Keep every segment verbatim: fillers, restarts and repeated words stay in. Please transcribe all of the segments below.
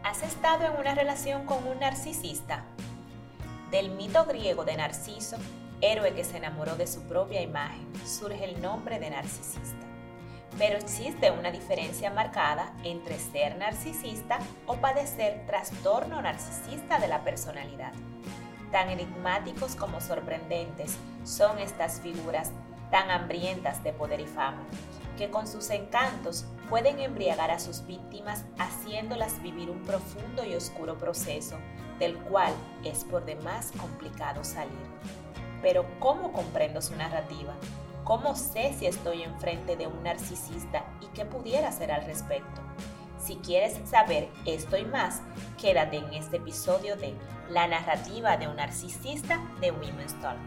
¿Has estado en una relación con un narcisista? Del mito griego de Narciso, héroe que se enamoró de su propia imagen, surge el nombre de narcisista. Pero existe una diferencia marcada entre ser narcisista o padecer trastorno narcisista de la personalidad. Tan enigmáticos como sorprendentes son estas figuras tan hambrientas de poder y fama, que con sus encantos pueden embriagar a sus víctimas haciéndolas vivir un profundo y oscuro proceso del cual es por demás complicado salir. Pero ¿cómo comprendo su narrativa? ¿Cómo sé si estoy enfrente de un narcisista y qué pudiera hacer al respecto? Si quieres saber esto y más, quédate en este episodio de La narrativa de un narcisista de Women's Talk.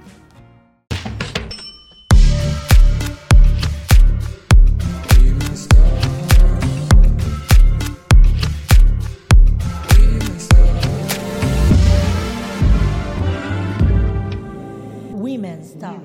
Women's Talk.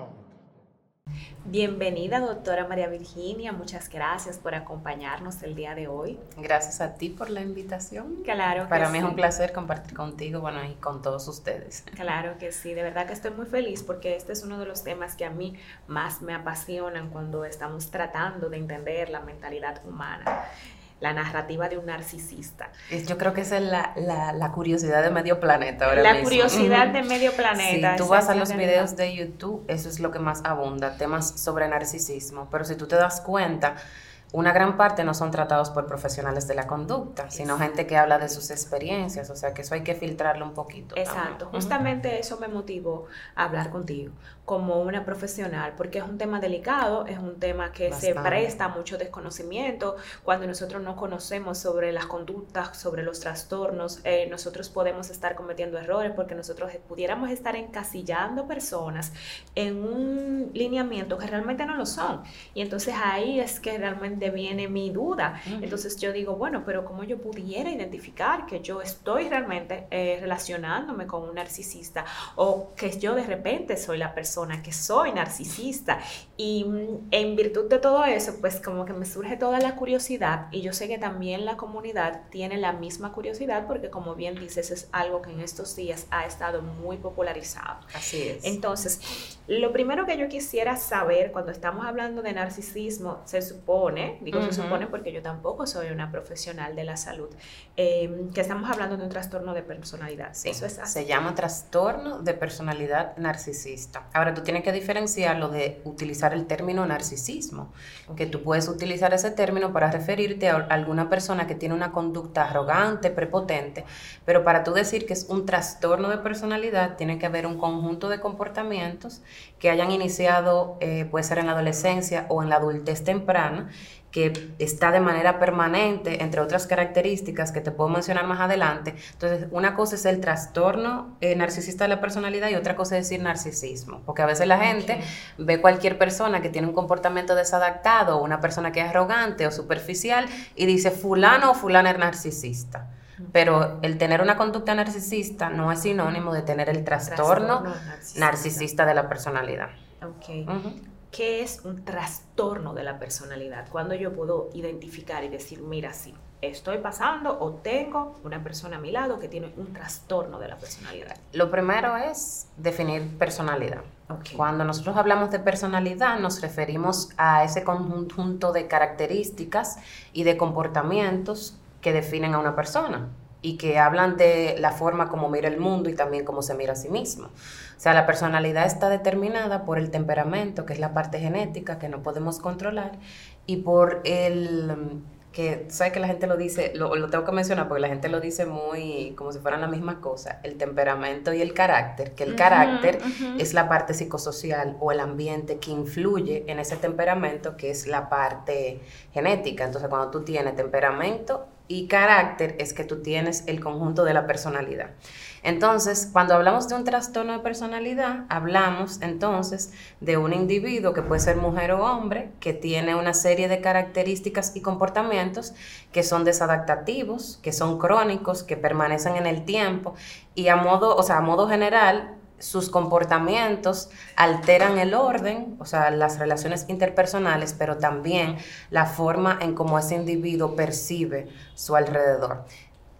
Bienvenida, doctora María Virginia. Muchas gracias por acompañarnos el día de hoy. Gracias a ti por la invitación. Claro que Para mí sí. es un placer compartir contigo, bueno, y con todos ustedes. Claro que sí, de verdad que estoy muy feliz porque este es uno de los temas que a mí más me apasionan cuando estamos tratando de entender la mentalidad humana, la narrativa de un narcisista. Yo creo que esa es la, la, la curiosidad de medio planeta ahora La mismo. curiosidad de medio planeta. Si tú vas a los videos de YouTube, eso es lo que más abunda, temas sobre narcisismo. Pero si tú te das cuenta, una gran parte no son tratados por profesionales de la conducta, sino gente que habla de sus experiencias, o sea que eso hay que filtrarlo un poquito. Exacto, también. justamente uh-huh. Eso me motivó a hablar contigo como una profesional, porque es un tema delicado, es un tema que Bastante. se presta a mucho desconocimiento. Cuando nosotros no conocemos sobre las conductas, sobre los trastornos, eh, nosotros podemos estar cometiendo errores porque nosotros pudiéramos estar encasillando personas en un lineamiento que realmente no lo son. Y entonces ahí es que realmente viene mi duda. Uh-huh. Entonces yo digo, bueno, pero ¿cómo yo pudiera identificar que yo estoy realmente eh, relacionándome con un narcisista o que yo de repente soy la persona que soy narcisista? Y en virtud de todo eso, pues como que me surge toda la curiosidad, y yo sé que también la comunidad tiene la misma curiosidad porque, como bien dices, es algo que en estos días ha estado muy popularizado. Así es. Entonces, lo primero que yo quisiera saber cuando estamos hablando de narcisismo, se supone, digo uh-huh. se supone porque yo tampoco soy una profesional de la salud, eh, que estamos hablando de un trastorno de personalidad. Sí, eso es así. Se llama trastorno de personalidad narcisista. Ahora, tú tienes que diferenciarlo de utilizar el término narcisismo, okay. que tú puedes utilizar ese término para referirte a alguna persona que tiene una conducta arrogante, prepotente, pero para tú decir que es un trastorno de personalidad, tiene que haber un conjunto de comportamientos que hayan iniciado, eh, puede ser en la adolescencia o en la adultez temprana, que está de manera permanente, entre otras características que te puedo mencionar más adelante. Entonces, una cosa es el trastorno eh, narcisista de la personalidad y otra cosa es decir narcisismo, porque a veces la gente okay. ve cualquier persona que tiene un comportamiento desadaptado o una persona que es arrogante o superficial y dice fulano o fulana es narcisista. Pero el tener una conducta narcisista no es sinónimo de tener el trastorno, trastorno narcisista. narcisista de la personalidad. Okay. Uh-huh. ¿Qué es un trastorno de la personalidad? ¿Cuándo yo puedo identificar y decir, mira, sí, estoy pasando o tengo una persona a mi lado que tiene un trastorno de la personalidad? Lo primero es definir personalidad. Okay. Cuando nosotros hablamos de personalidad, nos referimos a ese conjunto de características y de comportamientos que definen a una persona y que hablan de la forma como mira el mundo y también cómo se mira a sí mismo. O sea, la personalidad está determinada por el temperamento, que es la parte genética que no podemos controlar, y por el, que sabes que la gente lo dice, lo, lo tengo que mencionar porque la gente lo dice muy como si fueran la misma cosa, el temperamento y el carácter, que el uh-huh, carácter uh-huh. es la parte psicosocial o el ambiente que influye en ese temperamento, que es la parte genética. Entonces, cuando tú tienes temperamento y carácter, es que tú tienes el conjunto de la personalidad. Entonces, cuando hablamos de un trastorno de personalidad, hablamos entonces de un individuo que puede ser mujer o hombre, que tiene una serie de características y comportamientos que son desadaptativos, que son crónicos, que permanecen en el tiempo, y a modo, o sea, a modo general, sus comportamientos alteran el orden, o sea, las relaciones interpersonales, pero también la forma en cómo ese individuo percibe su alrededor.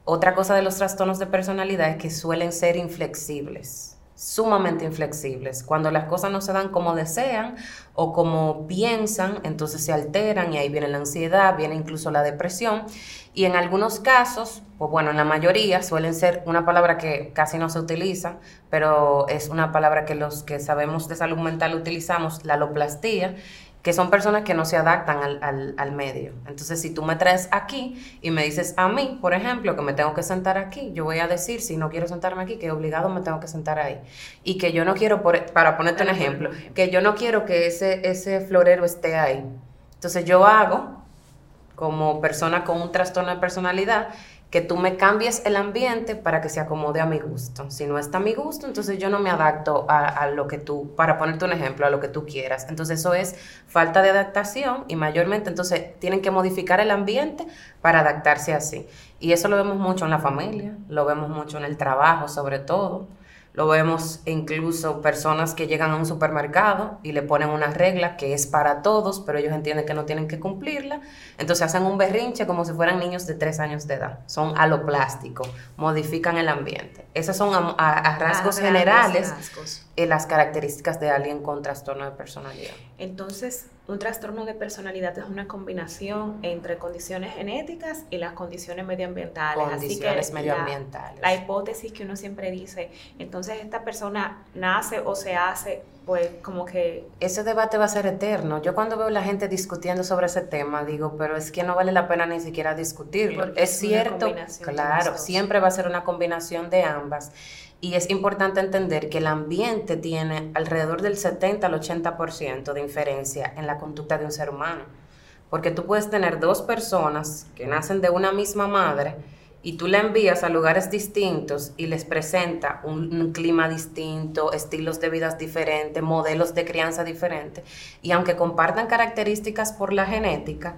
Otra cosa de los trastornos de personalidad es que suelen ser inflexibles, sumamente inflexibles. Cuando las cosas no se dan como desean o como piensan, entonces se alteran y ahí viene la ansiedad, viene incluso la depresión. Y en algunos casos, pues bueno, en la mayoría suelen ser una palabra que casi no se utiliza, pero es una palabra que los que sabemos de salud mental utilizamos, la aloplastía, que son personas que no se adaptan al, al, al medio. Entonces, si tú me traes aquí y me dices a mí, por ejemplo, que me tengo que sentar aquí, yo voy a decir, si no quiero sentarme aquí, que obligado me tengo que sentar ahí. Y que yo no quiero, por, para ponerte un ejemplo, que yo no quiero que ese, ese florero esté ahí. Entonces, yo hago, como persona con un trastorno de personalidad, que tú me cambies el ambiente para que se acomode a mi gusto. Si no está a mi gusto, entonces yo no me adapto a, a lo que tú, para ponerte un ejemplo, a lo que tú quieras. Entonces eso es falta de adaptación y mayormente entonces tienen que modificar el ambiente para adaptarse así. Y eso lo vemos mucho en la familia, lo vemos mucho en el trabajo sobre todo. Lo vemos incluso personas que llegan a un supermercado y le ponen una regla que es para todos, pero ellos entienden que no tienen que cumplirla. Entonces hacen un berrinche como si fueran niños de tres años de edad. Son aloplásticos, modifican el ambiente. Esas son a, a, a rasgos a generales rasgos. Eh, las características de alguien con trastorno de personalidad. Entonces, un trastorno de personalidad es una combinación entre condiciones genéticas y las condiciones medioambientales. Condiciones Así que medioambientales. La, la hipótesis que uno siempre dice, entonces esta persona nace o se hace, pues como que... Ese debate va a ser eterno. Yo cuando veo a la gente discutiendo sobre ese tema, digo, pero es que no vale la pena ni siquiera discutirlo. Porque es, es cierto, claro, siempre va a ser una combinación de ambas. Y es importante entender que el ambiente tiene alrededor del setenta al ochenta por ciento de inferencia en la conducta de un ser humano. Porque tú puedes tener dos personas que nacen de una misma madre y tú la envías a lugares distintos y les presenta un, un clima distinto, estilos de vida diferentes, modelos de crianza diferentes. Y aunque compartan características por la genética,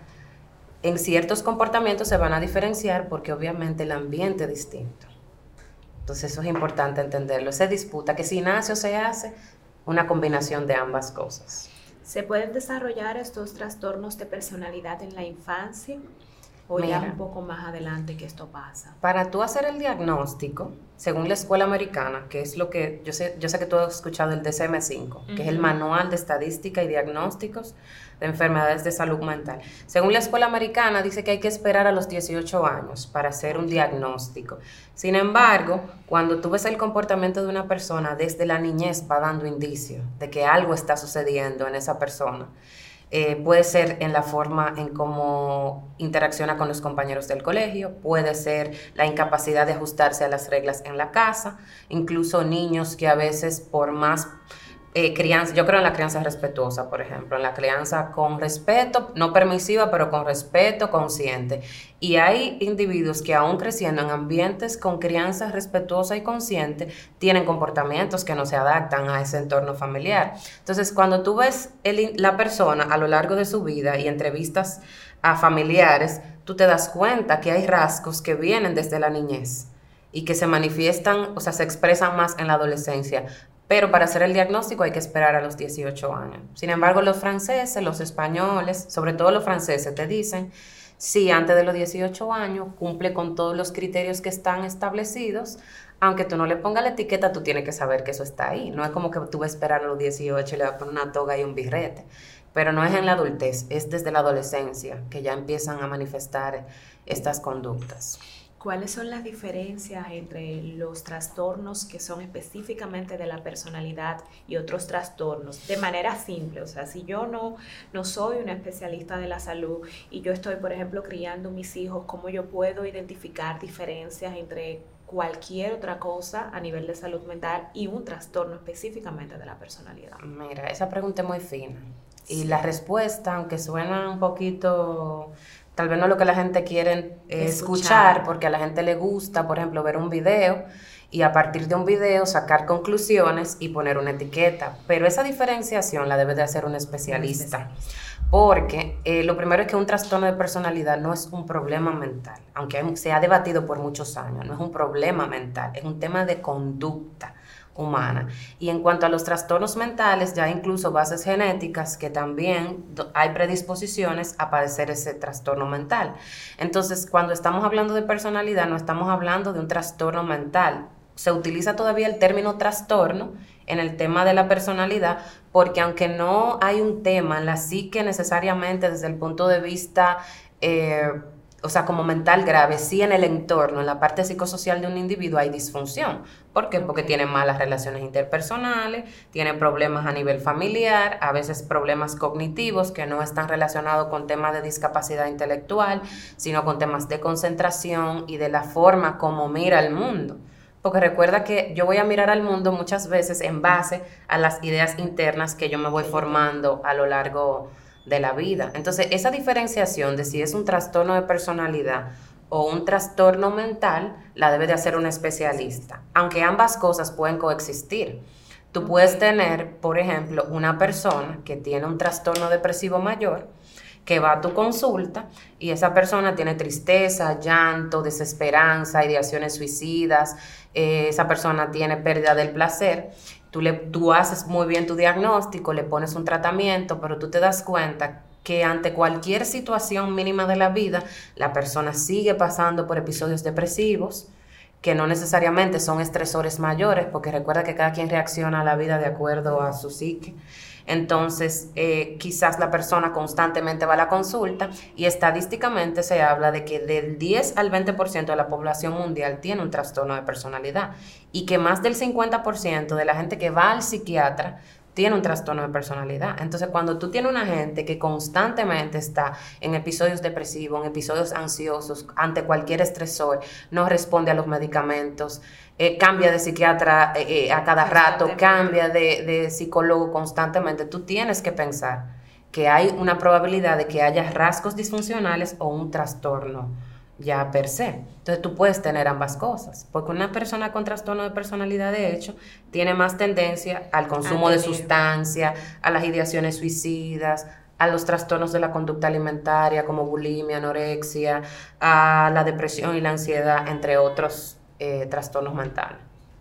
en ciertos comportamientos se van a diferenciar porque obviamente el ambiente es distinto. Entonces eso es importante entenderlo. Se disputa que si nace o se hace, una combinación de ambas cosas. ¿Se pueden desarrollar estos trastornos de personalidad en la infancia o Mira, ya un poco más adelante que esto pasa? Para tú hacer el diagnóstico, según la escuela americana, que es lo que yo sé, yo sé que tú has escuchado el D S M cinco, uh-huh. que es el Manual de Estadística y Diagnósticos de Enfermedades de Salud Mental. Según la escuela americana, dice que hay que esperar a los dieciocho años para hacer un diagnóstico. Sin embargo, cuando tú ves el comportamiento de una persona desde la niñez, va dando indicios de que algo está sucediendo en esa persona. Eh, puede ser en la forma en cómo interacciona con los compañeros del colegio, puede ser la incapacidad de ajustarse a las reglas en la casa, incluso niños que a veces por más eh, crianza, yo creo en la crianza respetuosa, por ejemplo, en la crianza con respeto, no permisiva, pero con respeto consciente. Y hay individuos que aún creciendo en ambientes con crianza respetuosa y consciente, tienen comportamientos que no se adaptan a ese entorno familiar. Entonces, cuando tú ves el, la persona a lo largo de su vida y entrevistas a familiares, tú te das cuenta que hay rasgos que vienen desde la niñez y que se manifiestan, o sea, se expresan más en la adolescencia. Pero para hacer el diagnóstico hay que esperar a los dieciocho años. Sin embargo, los franceses, los españoles, sobre todo los franceses, te dicen, sí, antes de los dieciocho años, cumple con todos los criterios que están establecidos. Aunque tú no le pongas la etiqueta, tú tienes que saber que eso está ahí. No es como que tú vas a esperar a los dieciocho y le vas a poner una toga y un birrete. Pero no es en la adultez, es desde la adolescencia que ya empiezan a manifestar estas conductas. ¿Cuáles son las diferencias entre los trastornos que son específicamente de la personalidad y otros trastornos? De manera simple, o sea, si yo no, no soy una especialista de la salud y yo estoy, por ejemplo, criando mis hijos, ¿cómo yo puedo identificar diferencias entre cualquier otra cosa a nivel de salud mental y un trastorno específicamente de la personalidad? Mira, esa pregunta es muy fina. Y sí. La respuesta, aunque suena un poquito... Tal vez no es lo que la gente quiere eh, escuchar. escuchar, porque a la gente le gusta, por ejemplo, ver un video y a partir de un video sacar conclusiones y poner una etiqueta. Pero esa diferenciación la debe de hacer un especialista. Porque eh, lo primero es que un trastorno de personalidad no es un problema mental, aunque se ha debatido por muchos años, no es un problema mental, es un tema de conducta. humana. Y en cuanto a los trastornos mentales, ya incluso bases genéticas que también hay predisposiciones a padecer ese trastorno mental. Entonces, cuando estamos hablando de personalidad, no estamos hablando de un trastorno mental. Se utiliza todavía el término trastorno en el tema de la personalidad, porque aunque no hay un tema en la psique necesariamente desde el punto de vista, eh, o sea, como mental grave, sí en el entorno, en la parte psicosocial de un individuo hay disfunción. ¿Por qué? Porque tiene malas relaciones interpersonales, tiene problemas a nivel familiar, a veces problemas cognitivos que no están relacionados con temas de discapacidad intelectual, sino con temas de concentración y de la forma como mira el mundo. Porque recuerda que yo voy a mirar al mundo muchas veces en base a las ideas internas que yo me voy formando a lo largo de la vida. Entonces, esa diferenciación de si es un trastorno de personalidad o un trastorno mental, la debe de hacer un especialista. Aunque ambas cosas pueden coexistir. Tú puedes tener, por ejemplo, una persona que tiene un trastorno depresivo mayor, que va a tu consulta y esa persona tiene tristeza, llanto, desesperanza, ideaciones suicidas, eh, esa persona tiene pérdida del placer. Tú, le, tú haces muy bien tu diagnóstico, le pones un tratamiento, pero tú te das cuenta que ante cualquier situación mínima de la vida, la persona sigue pasando por episodios depresivos, que no necesariamente son estresores mayores, porque recuerda que cada quien reacciona a la vida de acuerdo a su psique. Entonces, eh, quizás la persona constantemente va a la consulta y estadísticamente se habla de que del diez al veinte por ciento de la población mundial tiene un trastorno de personalidad y que más del cincuenta por ciento de la gente que va al psiquiatra tiene un trastorno de personalidad. Entonces, cuando tú tienes una gente que constantemente está en episodios depresivos, en episodios ansiosos, ante cualquier estresor, no responde a los medicamentos, eh, cambia de psiquiatra eh, a cada rato, cambia de, de psicólogo constantemente, tú tienes que pensar que hay una probabilidad de que haya rasgos disfuncionales o un trastorno ya per se. Entonces tú puedes tener ambas cosas, porque una persona con trastorno de personalidad, de hecho, tiene más tendencia al consumo de sustancias, a las ideaciones suicidas, a los trastornos de la conducta alimentaria como bulimia, anorexia, a la depresión y la ansiedad, entre otros eh, trastornos mentales.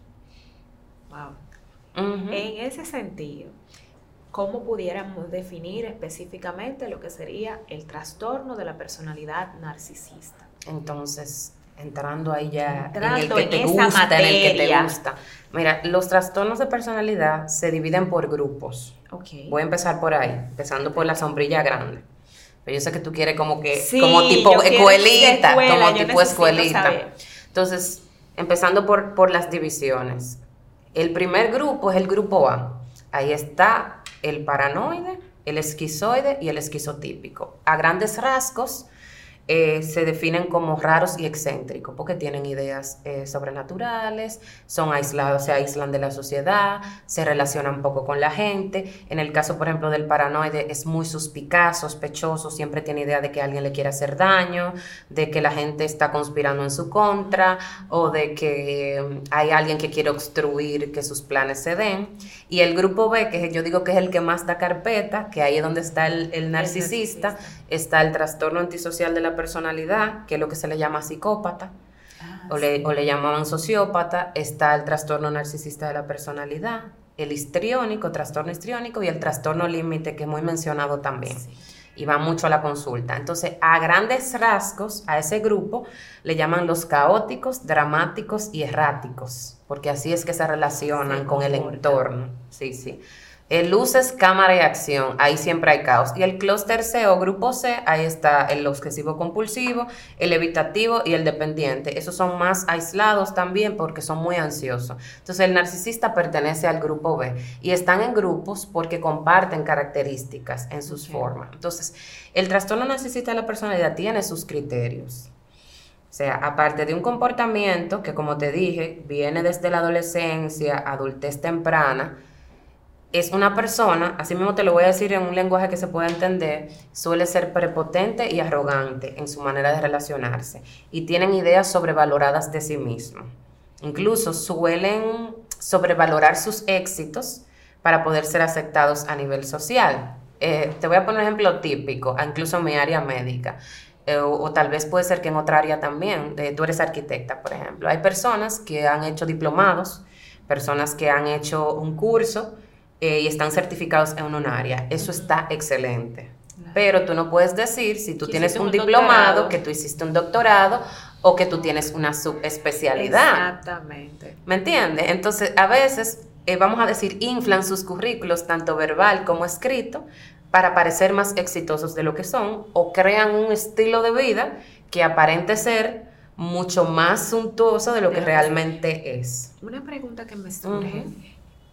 Wow. Uh-huh. En ese sentido, ¿cómo pudiéramos definir específicamente lo que sería el trastorno de la personalidad narcisista? Entonces, entrando ahí ya entrando en el que en te esa gusta, materia. en el que te gusta. Mira, los trastornos de personalidad se dividen por grupos. Okay. Voy a empezar por ahí, empezando por la sombrilla grande. Pero yo sé que tú quieres como que, sí, como tipo escuelita, escuela, como tipo escuelita. Saber. Entonces, empezando por, por las divisiones. El primer grupo es el grupo A. Ahí está el paranoide, el esquizoide y el esquizotípico. A grandes rasgos, Eh, se definen como raros y excéntricos porque tienen ideas eh, sobrenaturales, son aislados, se aíslan de la sociedad, se relacionan poco con la gente. En el caso, por ejemplo, del paranoide, es muy suspicaz, sospechoso, siempre tiene idea de que alguien le quiere hacer daño, de que la gente está conspirando en su contra o de que eh, hay alguien que quiere obstruir que sus planes se den. Y el grupo B, que yo digo que es el que más da carpeta, que ahí es donde está el, el narcisista, el narcisista, está el trastorno antisocial de la personalidad, que es lo que se le llama psicópata, ah, o, le, sí. o le llamaban sociópata. Está el trastorno narcisista de la personalidad, el histriónico, trastorno histriónico, y el trastorno límite, que es muy mencionado también, sí. y va mucho a la consulta. Entonces, a grandes rasgos, a ese grupo le llaman los caóticos, dramáticos y erráticos, porque así es que se relacionan sí, con el entorno. Sí, sí. El luces, cámara y acción, ahí siempre hay caos. Y el clúster C o grupo C, ahí está el obsesivo compulsivo, el evitativo y el dependiente. Esos son más aislados también porque son muy ansiosos. Entonces el narcisista pertenece al grupo B y están en grupos porque comparten características en sus okay. formas. Entonces el trastorno narcisista de la personalidad tiene sus criterios. O sea, aparte de un comportamiento que, como te dije, viene desde la adolescencia, adultez temprana, es una persona, así mismo te lo voy a decir en un lenguaje que se pueda entender, suele ser prepotente y arrogante en su manera de relacionarse y tienen ideas sobrevaloradas de sí mismo. Incluso suelen sobrevalorar sus éxitos para poder ser aceptados a nivel social. Eh, te voy a poner un ejemplo típico, incluso en mi área médica. Eh, o, o tal vez puede ser que en otra área también. Eh, tú eres arquitecta, por ejemplo. Hay personas que han hecho diplomados, personas que han hecho un curso eh, y están certificados en un área. Eso está excelente. Pero tú no puedes decir si tú tienes un, un diplomado, que tú hiciste un doctorado o que tú tienes una subespecialidad. Exactamente. ¿Me entiendes? Entonces, a veces, eh, vamos a decir, inflan sus currículos, tanto verbal como escrito, para parecer más exitosos de lo que son, o crean un estilo de vida que aparente ser mucho más suntuoso de lo que realmente es. Una pregunta que me surge. Uh-huh.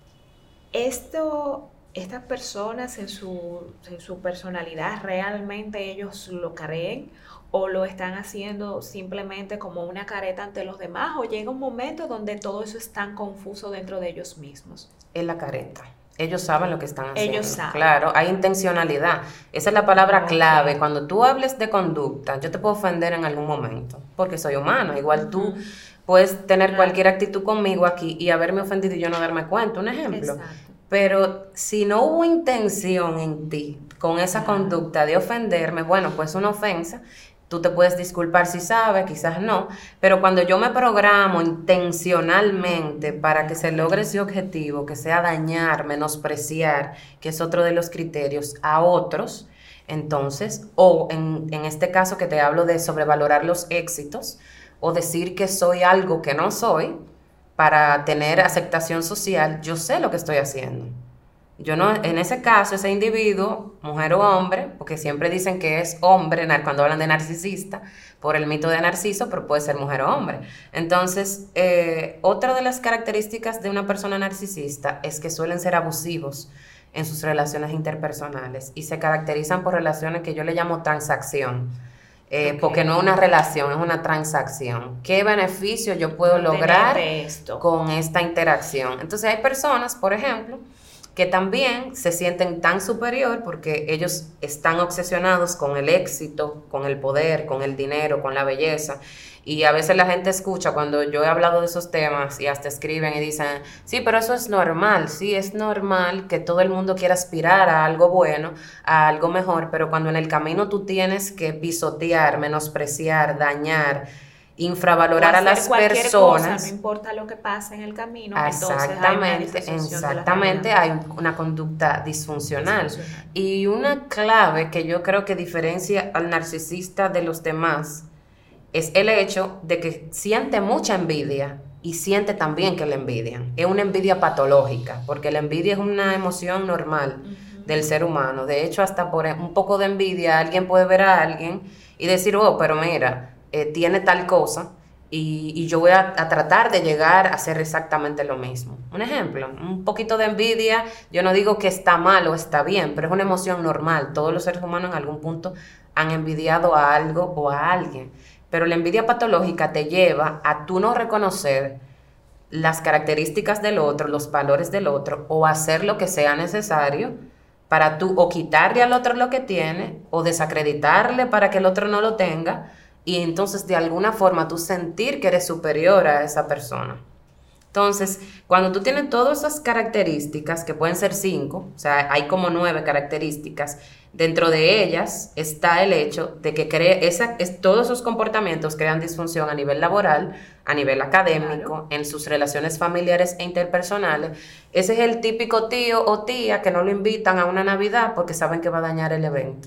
Esto, estas personas en su, en su personalidad, ¿realmente ellos lo creen o lo están haciendo simplemente como una careta ante los demás? ¿O llega un momento donde todo eso es tan confuso dentro de ellos mismos? Es la careta. Ellos saben lo que están haciendo. Ellos saben. Claro, hay intencionalidad. Esa es la palabra okay. clave. Cuando tú hables de conducta, yo te puedo ofender en algún momento, porque soy humana. Igual uh-huh. tú puedes tener claro. cualquier actitud conmigo aquí y haberme ofendido y yo no darme cuenta. Un ejemplo. Exacto. Pero si no hubo intención en ti con esa claro. conducta de ofenderme, bueno, pues una ofensa. Tú te puedes disculpar si sabes, quizás no, pero cuando yo me programo intencionalmente para que se logre ese objetivo, que sea dañar, menospreciar, que es otro de los criterios, a otros, entonces, o en, en este caso que te hablo de sobrevalorar los éxitos, o decir que soy algo que no soy, para tener aceptación social, yo sé lo que estoy haciendo. Yo no, en ese caso, ese individuo, mujer o hombre, porque siempre dicen que es hombre cuando hablan de narcisista, por el mito de Narciso, pero puede ser mujer o hombre. Entonces, eh, otra de las características de una persona narcisista es que suelen ser abusivos en sus relaciones interpersonales y se caracterizan por relaciones que yo le llamo transacción. Eh, okay. Porque no es una relación, es una transacción. ¿Qué beneficio yo puedo lograr esto? con esta interacción? Entonces, hay personas, por ejemplo, que también se sienten tan superior porque ellos están obsesionados con el éxito, con el poder, con el dinero, con la belleza. Y a veces la gente escucha cuando yo he hablado de esos temas y hasta escriben y dicen, sí, pero eso es normal, sí, es normal que todo el mundo quiera aspirar a algo bueno, a algo mejor, pero cuando en el camino tú tienes que pisotear, menospreciar, dañar, infravalorar a las personas, cosa, no importa lo que pase en el camino, exactamente, entonces exactamente hay una conducta disfuncional. disfuncional y una clave que yo creo que diferencia al narcisista de los demás es el hecho de que siente mucha envidia y siente también que le envidian. Es una envidia patológica, porque la envidia es una emoción normal uh-huh. del ser humano. De hecho, hasta por un poco de envidia alguien puede ver a alguien y decir, oh, pero mira, Eh, tiene tal cosa y, y yo voy a, a tratar de llegar a hacer exactamente lo mismo. Un ejemplo, un poquito de envidia, yo no digo que está mal o está bien, pero es una emoción normal. Todos los seres humanos en algún punto han envidiado a algo o a alguien, pero la envidia patológica te lleva a tú no reconocer las características del otro, los valores del otro, o hacer lo que sea necesario para tú o quitarle al otro lo que tiene o desacreditarle para que el otro no lo tenga, y entonces de alguna forma tú sentir que eres superior a esa persona. Entonces, cuando tú tienes todas esas características, que pueden ser cinco, o sea, hay como nueve características, dentro de ellas está el hecho de que cree esa, es, todos esos comportamientos crean disfunción a nivel laboral, a nivel académico, claro. en sus relaciones familiares e interpersonales. Ese es el típico tío o tía que no lo invitan a una Navidad porque saben que va a dañar el evento.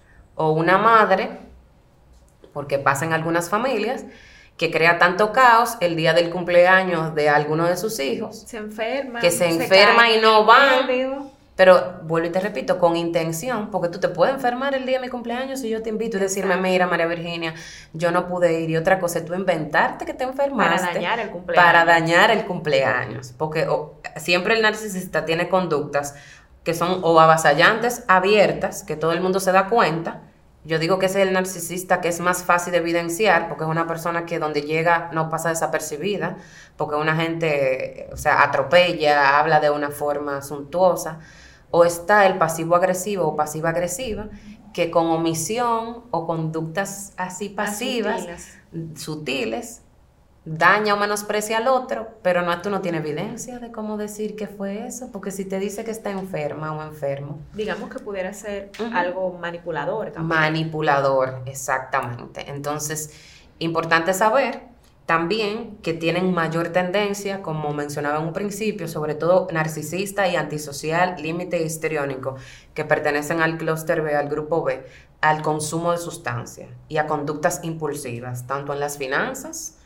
O una madre, porque pasa en algunas familias, que crea tanto caos el día del cumpleaños de alguno de sus hijos. Se enferma. Que se, se enferma y no van. Pero, vuelvo y te repito, con intención, porque tú te puedes enfermar el día de mi cumpleaños y yo te invito y decirme, mira, María Virginia, yo no pude ir. Y otra cosa, tú inventarte que te enfermaste. Para dañar el cumpleaños. Para dañar el cumpleaños. Porque oh, siempre el narcisista tiene conductas que son o avasallantes, abiertas, que todo el mundo se da cuenta. Yo digo que ese es el narcisista que es más fácil de evidenciar, porque es una persona que donde llega no pasa desapercibida, porque una gente, o sea, atropella, habla de una forma suntuosa. O está el pasivo-agresivo o pasiva-agresiva, que con omisión o conductas así pasivas, sutiles. sutiles, daña o menosprecia al otro, pero no, tú no tienes evidencia de cómo decir que fue eso, porque si te dice que está enferma o enfermo. Digamos que pudiera ser uh-huh. algo manipulador también. Manipulador, exactamente. Entonces, importante saber también que tienen mayor tendencia, como mencionaba en un principio, sobre todo narcisista y antisocial, límite histriónico, que pertenecen al clúster B, al grupo B, al consumo de sustancias y a conductas impulsivas, tanto en las finanzas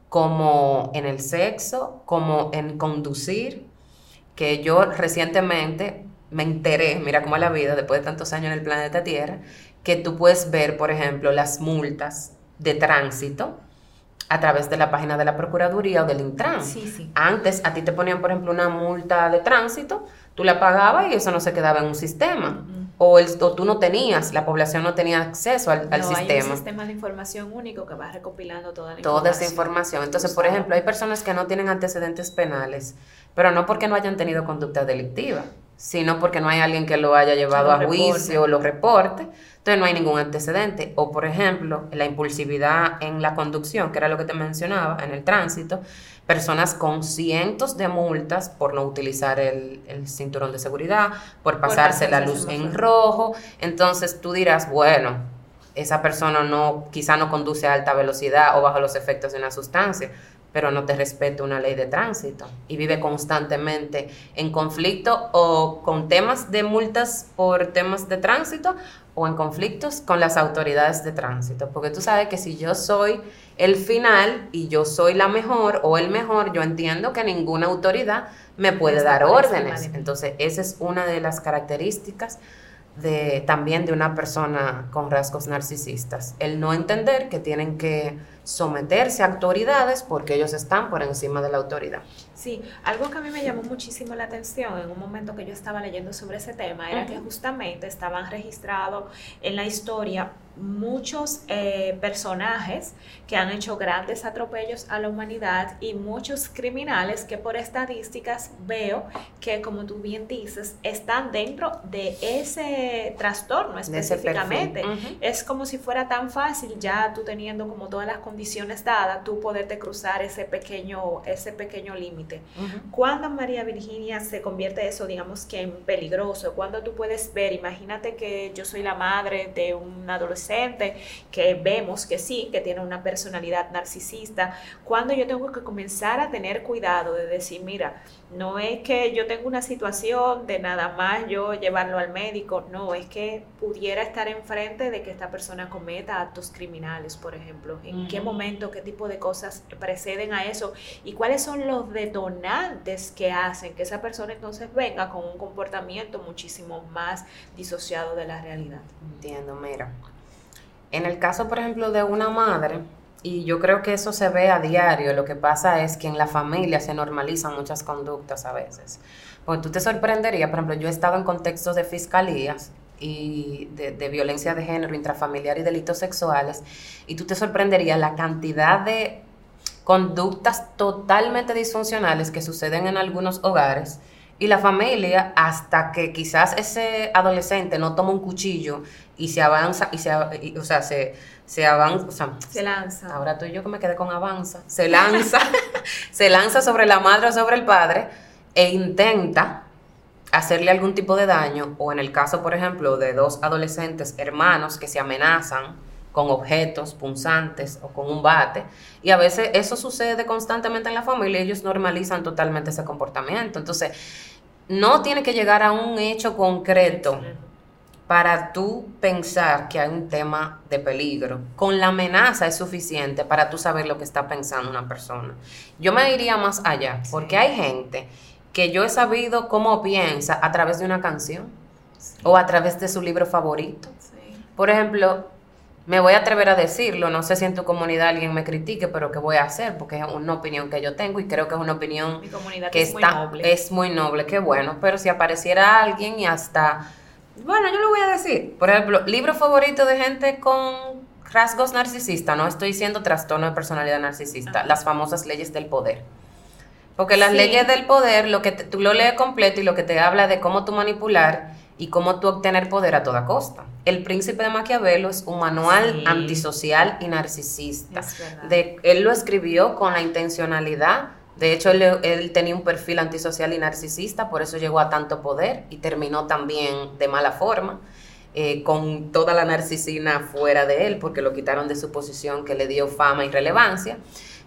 como en el sexo, como en conducir, que yo recientemente me enteré, mira cómo es la vida, después de tantos años en el planeta Tierra, que tú puedes ver, por ejemplo, las multas de tránsito a través de la página de la Procuraduría o del Intran. Sí, sí. Antes a ti te ponían, por ejemplo, una multa de tránsito, tú la pagabas y eso no se quedaba en un sistema. Uh-huh. O, el, o tú no tenías, la población no tenía acceso al, no, al sistema. Hay un sistema de información único que va recopilando toda la toda información. Toda esa información. Entonces, por ejemplo, hay personas que no tienen antecedentes penales, pero no porque no hayan tenido conducta delictiva, sino porque no hay alguien que lo haya llevado lo a reporte. juicio o lo reporte. Entonces no hay ningún antecedente. O, por ejemplo, la impulsividad en la conducción, que era lo que te mencionaba, en el tránsito, personas con cientos de multas por no utilizar el, el cinturón de seguridad, por pasarse, por pasarse la luz en rojo. Entonces tú dirás, bueno, esa persona no, quizá no conduce a alta velocidad o bajo los efectos de una sustancia, pero no te respeta una ley de tránsito y vive constantemente en conflicto o con temas de multas por temas de tránsito o en conflictos con las autoridades de tránsito. Porque tú sabes que si yo soy el final y yo soy la mejor o el mejor, yo entiendo que ninguna autoridad me puede dar órdenes. Entonces, esa es una de las características de, también de una persona con rasgos narcisistas. El no entender que tienen que someterse a autoridades porque ellos están por encima de la autoridad. Sí, algo que a mí me llamó muchísimo la atención en un momento que yo estaba leyendo sobre ese tema era uh-huh. que justamente estaban registrados en la historia muchos eh, personajes que han hecho grandes atropellos a la humanidad y muchos criminales que por estadísticas veo que, como tú bien dices, están dentro de ese trastorno específicamente. Uh-huh. Es como si fuera tan fácil ya tú teniendo como todas las condiciones dadas, tú poderte cruzar ese pequeño, ese pequeño límite. Uh-huh. Cuando María Virginia se convierte eso, digamos que en peligroso, cuando tú puedes ver, imagínate que yo soy la madre de un adolescente que vemos que sí, que tiene una personalidad narcisista, cuando yo tengo que comenzar a tener cuidado de decir, mira, no es que yo tengo una situación de nada más yo llevarlo al médico, no, es que pudiera estar enfrente de que esta persona cometa actos criminales, por ejemplo, en uh-huh. qué momento, qué tipo de cosas preceden a eso y cuáles son los detonantes que hacen que esa persona entonces venga con un comportamiento muchísimo más disociado de la realidad. Entiendo, mira. En el caso, por ejemplo, de una madre, y yo creo que eso se ve a diario, lo que pasa es que en la familia se normalizan muchas conductas a veces. Porque tú te sorprenderías, por ejemplo, yo he estado en contextos de fiscalías y de, de violencia de género, intrafamiliar y delitos sexuales, y tú te sorprenderías la cantidad de conductas totalmente disfuncionales que suceden en algunos hogares. Y la familia, hasta que quizás ese adolescente no toma un cuchillo y se avanza, y se, y, o sea, se, se avanza, o sea, se lanza. Ahora tú y yo que me quedé con avanza, se lanza, se lanza sobre la madre o sobre el padre e intenta hacerle algún tipo de daño, o en el caso, por ejemplo, de dos adolescentes hermanos que se amenazan con objetos punzantes o con un bate, y a veces eso sucede constantemente en la familia y ellos normalizan totalmente ese comportamiento. Entonces, no tiene que llegar a un hecho concreto para tú pensar que hay un tema de peligro. Con la amenaza es suficiente para tú saber lo que está pensando una persona. Yo me iría más allá, porque hay gente que yo he sabido cómo piensa a través de una canción sí. o a través de su libro favorito. Sí. Por ejemplo, me voy a atrever a decirlo, no sé si en tu comunidad alguien me critique, pero ¿qué voy a hacer? Porque es una opinión que yo tengo y creo que es una opinión Mi comunidad que es está, muy noble. es muy noble, qué bueno, pero si apareciera alguien y hasta, bueno, yo lo voy a decir, por ejemplo, libro favorito de gente con rasgos narcisistas, no estoy diciendo trastorno de personalidad narcisista, ah. las famosas leyes del poder. Porque las sí. leyes del poder, lo que te, tú lo lees completo y lo que te habla de cómo tú manipular y cómo tú obtener poder a toda costa. El Príncipe de Maquiavelo es un manual sí. antisocial y narcisista. De, él lo escribió con la intencionalidad, de hecho él, él tenía un perfil antisocial y narcisista, por eso llegó a tanto poder y terminó también de mala forma, eh, con toda la narcisina fuera de él, porque lo quitaron de su posición que le dio fama y relevancia.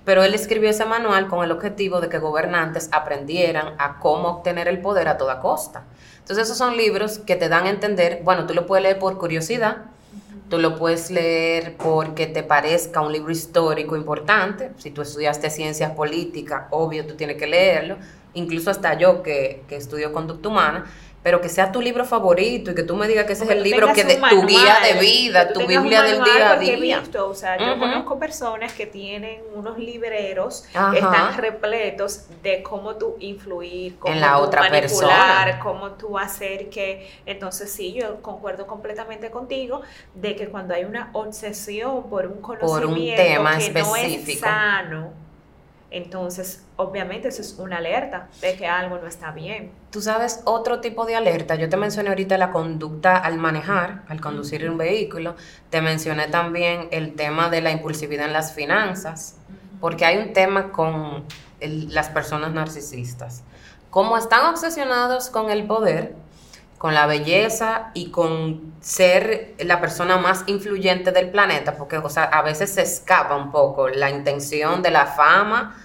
pero él escribió ese manual con el objetivo de que gobernantes aprendieran a cómo obtener el poder a toda costa. Entonces esos son libros que te dan a entender, bueno, tú lo puedes leer por curiosidad, tú lo puedes leer porque te parezca un libro histórico importante. Si tú estudiaste ciencias políticas, obvio, tú tienes que leerlo. Incluso hasta yo, que, que estudio conducta humana, pero que sea tu libro favorito y que tú me digas que ese Porque es el libro que de, manual, tu guía de vida, tu Biblia del día a día. He visto, o sea, yo uh-huh. conozco personas que tienen unos libreros Ajá. que están repletos de cómo tú influir, cómo en la tú otra manipular, persona. cómo tú hacer que... Entonces sí, yo concuerdo completamente contigo de que cuando hay una obsesión por un conocimiento por un tema que específico. no es sano, entonces obviamente eso es una alerta de que algo no está bien. Tú sabes, otro tipo de alerta, yo te mencioné ahorita la conducta al manejar, al conducir un vehículo, te mencioné también el tema de la impulsividad en las finanzas, porque hay un tema con el, las personas narcisistas. Como están obsesionados con el poder, con la belleza y con ser la persona más influyente del planeta, porque o sea, a veces se escapa un poco la intención de la fama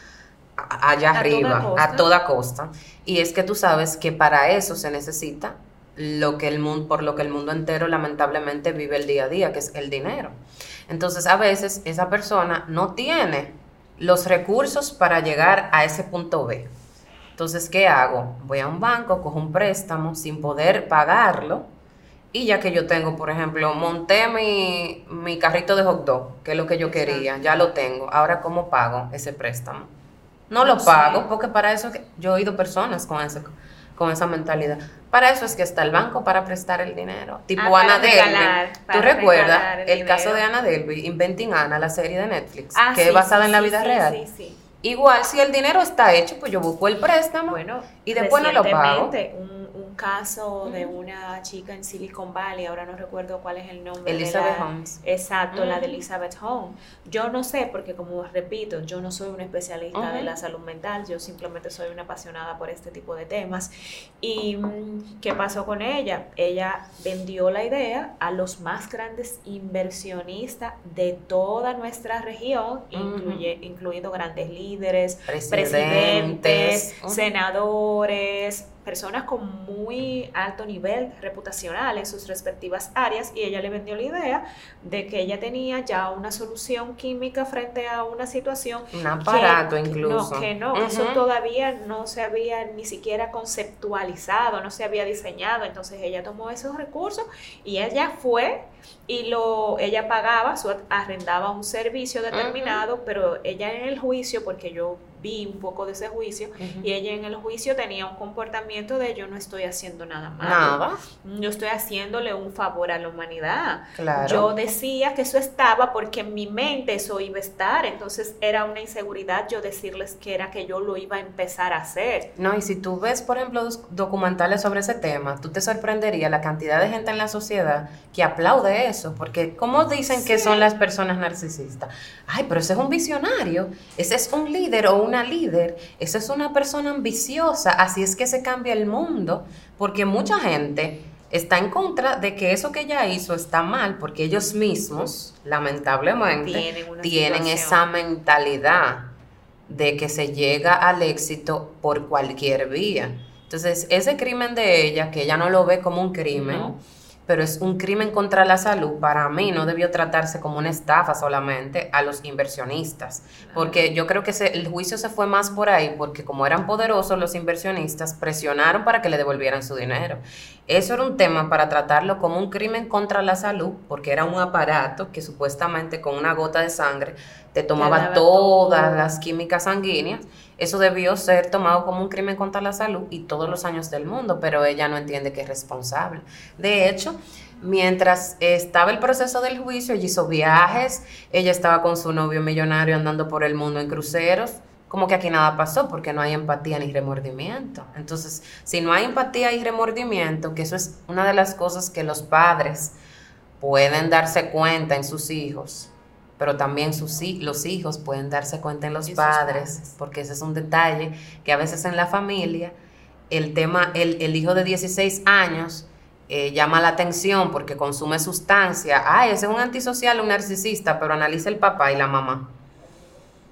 allá a arriba, toda a toda costa. Y es que tú sabes que para eso se necesita lo que el mundo, por lo que el mundo entero lamentablemente vive el día a día, que es el dinero. Entonces a veces esa persona no tiene los recursos para llegar a ese punto B. Entonces, ¿qué hago? Voy a un banco, cojo un préstamo sin poder pagarlo, y ya que yo tengo, por ejemplo, monté mi, mi carrito de hot dog, que es lo que yo Exacto. quería, ya lo tengo. Ahora, ¿cómo pago ese préstamo? No, No lo sé. pago, porque para eso que yo he oído personas con, ese, con esa mentalidad. Para eso es que está el banco, para prestar el dinero. Tipo Ah, para Ana regalar, Delvey. ¿Tú para recuerdas regalar el, el caso dinero? de Ana Delvey, Inventing Anna, la serie de Netflix, Ah, que sí, es basada sí, en la sí, vida sí, real? Sí, sí. Igual, si el dinero está hecho, pues yo busco el préstamo Bueno, y después no lo pago. recientemente, un, un caso uh-huh. de una chica en Silicon Valley, ahora no recuerdo cuál es el nombre. Elizabeth de la, Holmes. Exacto, uh-huh. la de Elizabeth Holmes. Yo no sé, porque como repito, yo no soy una especialista uh-huh. de la salud mental, yo simplemente soy una apasionada por este tipo de temas. ¿Y qué pasó con ella? Ella vendió la idea a los más grandes inversionistas de toda nuestra región, uh-huh. incluye, incluido grandes líderes, presidentes, presidentes uh-huh. senadores, personas con muy alto nivel reputacional en sus respectivas áreas, y ella le vendió la idea de que ella tenía ya una solución química frente a una situación. Un aparato que, incluso. No, que no, uh-huh. eso todavía no se había ni siquiera conceptualizado, no se había diseñado. Entonces ella tomó esos recursos y ella fue y lo ella pagaba, su, arrendaba un servicio determinado, uh-huh. pero ella en el juicio, porque yo vi un poco de ese juicio, uh-huh. y ella en el juicio tenía un comportamiento de yo no estoy haciendo nada malo. Nada. Yo estoy haciéndole un favor a la humanidad. Claro. Yo decía que eso estaba porque en mi mente eso iba a estar, entonces era una inseguridad yo decirles que era que yo lo iba a empezar a hacer. No, y si tú ves, por ejemplo, documentales sobre ese tema, tú te sorprenderías la cantidad de gente en la sociedad que aplaude eso, porque ¿cómo dicen sí. que son las personas narcisistas? Ay, pero ese es un visionario, ese es un líder o una líder, esa es una persona ambiciosa, así es que se cambia el mundo, porque mucha gente está en contra de que eso que ella hizo está mal, porque ellos mismos, lamentablemente, tienen, tienen esa mentalidad de que se llega al éxito por cualquier vía. Entonces, ese crimen de ella, que ella no lo ve como un crimen, no. pero es un crimen contra la salud, para mí no debió tratarse como una estafa solamente a los inversionistas, porque yo creo que se, el juicio se fue más por ahí, porque como eran poderosos los inversionistas, presionaron para que le devolvieran su dinero. Eso era un tema para tratarlo como un crimen contra la salud, porque era un aparato que supuestamente con una gota de sangre te tomaba todas todo. las químicas sanguíneas. Eso debió ser tomado como un crimen contra la salud y todos los años del mundo, pero ella no entiende que es responsable. De hecho, mientras estaba el proceso del juicio, ella hizo viajes, ella estaba con su novio millonario andando por el mundo en cruceros, como que aquí nada pasó porque no hay empatía ni remordimiento. Entonces, si no hay empatía y remordimiento, que eso es una de las cosas que los padres pueden darse cuenta en sus hijos, pero también sus, los hijos pueden darse cuenta en los padres, padres, porque ese es un detalle que a veces en la familia, el tema, el, el hijo de dieciséis años eh, llama la atención porque consume sustancia. Ay, ese es un antisocial, un narcisista, pero analiza el papá y la mamá.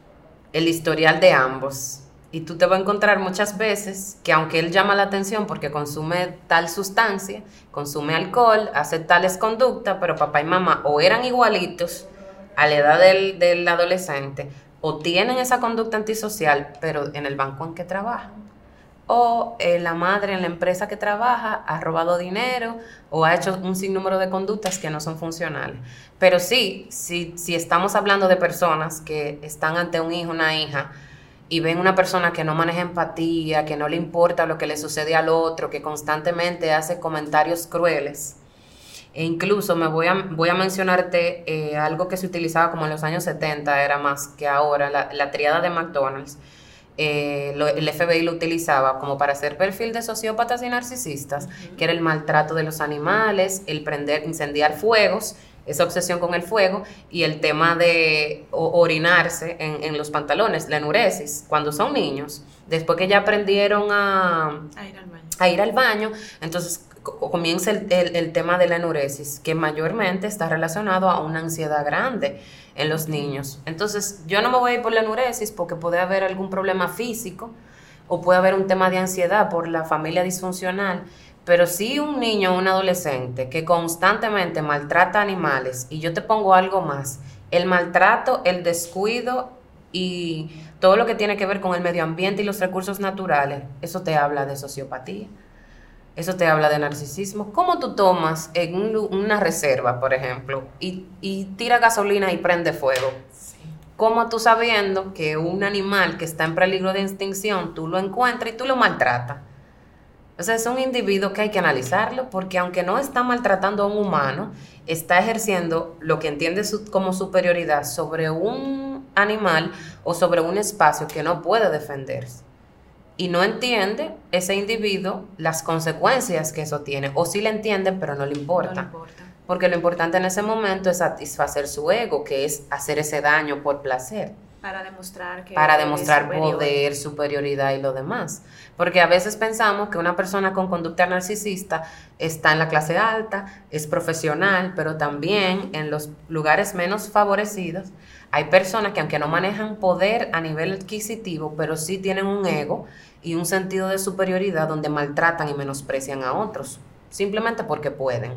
el historial de ambos. Y tú te vas a encontrar muchas veces que aunque él llama la atención porque consume tal sustancia, consume alcohol, hace tales conductas, pero papá y mamá o eran igualitos a la edad del, del adolescente, o tienen esa conducta antisocial, pero en el banco en que trabajan, o eh, la madre en la empresa que trabaja ha robado dinero o ha hecho un sinnúmero de conductas que no son funcionales. Pero sí, si, si estamos hablando de personas que están ante un hijo, una hija, y ven una persona que no maneja empatía, que no le importa lo que le sucede al otro, que constantemente hace comentarios crueles. E incluso me voy a, voy a mencionarte eh, algo que se utilizaba como en los años setenta, era más que ahora, la, la triada de McDonald's. Eh, lo, el F B I lo utilizaba como para hacer perfil de sociópatas y narcisistas, uh-huh. que era el maltrato de los animales, el prender, incendiar fuegos, esa obsesión con el fuego, y el tema de orinarse en, en los pantalones, la enuresis, cuando son niños, después que ya aprendieron a, a, ir, al baño. a ir al baño, entonces comienza el, el, el tema de la enuresis, que mayormente está relacionado a una ansiedad grande en los niños. Entonces, yo no me voy a ir por la enuresis porque puede haber algún problema físico o puede haber un tema de ansiedad por la familia disfuncional, pero sí un niño o un adolescente que constantemente maltrata animales, y yo te pongo algo más, el maltrato, el descuido y todo lo que tiene que ver con el medio ambiente y los recursos naturales, eso te habla de sociopatía. Eso te habla de narcisismo. ¿Cómo tú tomas en un, una reserva, por ejemplo, y, y tira gasolina y prende fuego? Sí. ¿Cómo tú sabiendo que un animal que está en peligro de extinción, tú lo encuentras y tú lo maltratas? O sea, es un individuo que hay que analizarlo, porque aunque no está maltratando a un humano, está ejerciendo lo que entiende su, como superioridad sobre un animal o sobre un espacio que no puede defenderse. Y no entiende ese individuo las consecuencias que eso tiene, o sí le entiende, pero no le importa. No le importa. Porque lo importante en ese momento es satisfacer su ego, que es hacer ese daño por placer. Para demostrar que Para demostrar superior. poder, superioridad y lo demás. Porque a veces pensamos que una persona con conducta narcisista está en la clase alta, es profesional, pero también en los lugares menos favorecidos hay personas que aunque no manejan poder a nivel adquisitivo, pero sí tienen un ego y un sentido de superioridad donde maltratan y menosprecian a otros, simplemente porque pueden.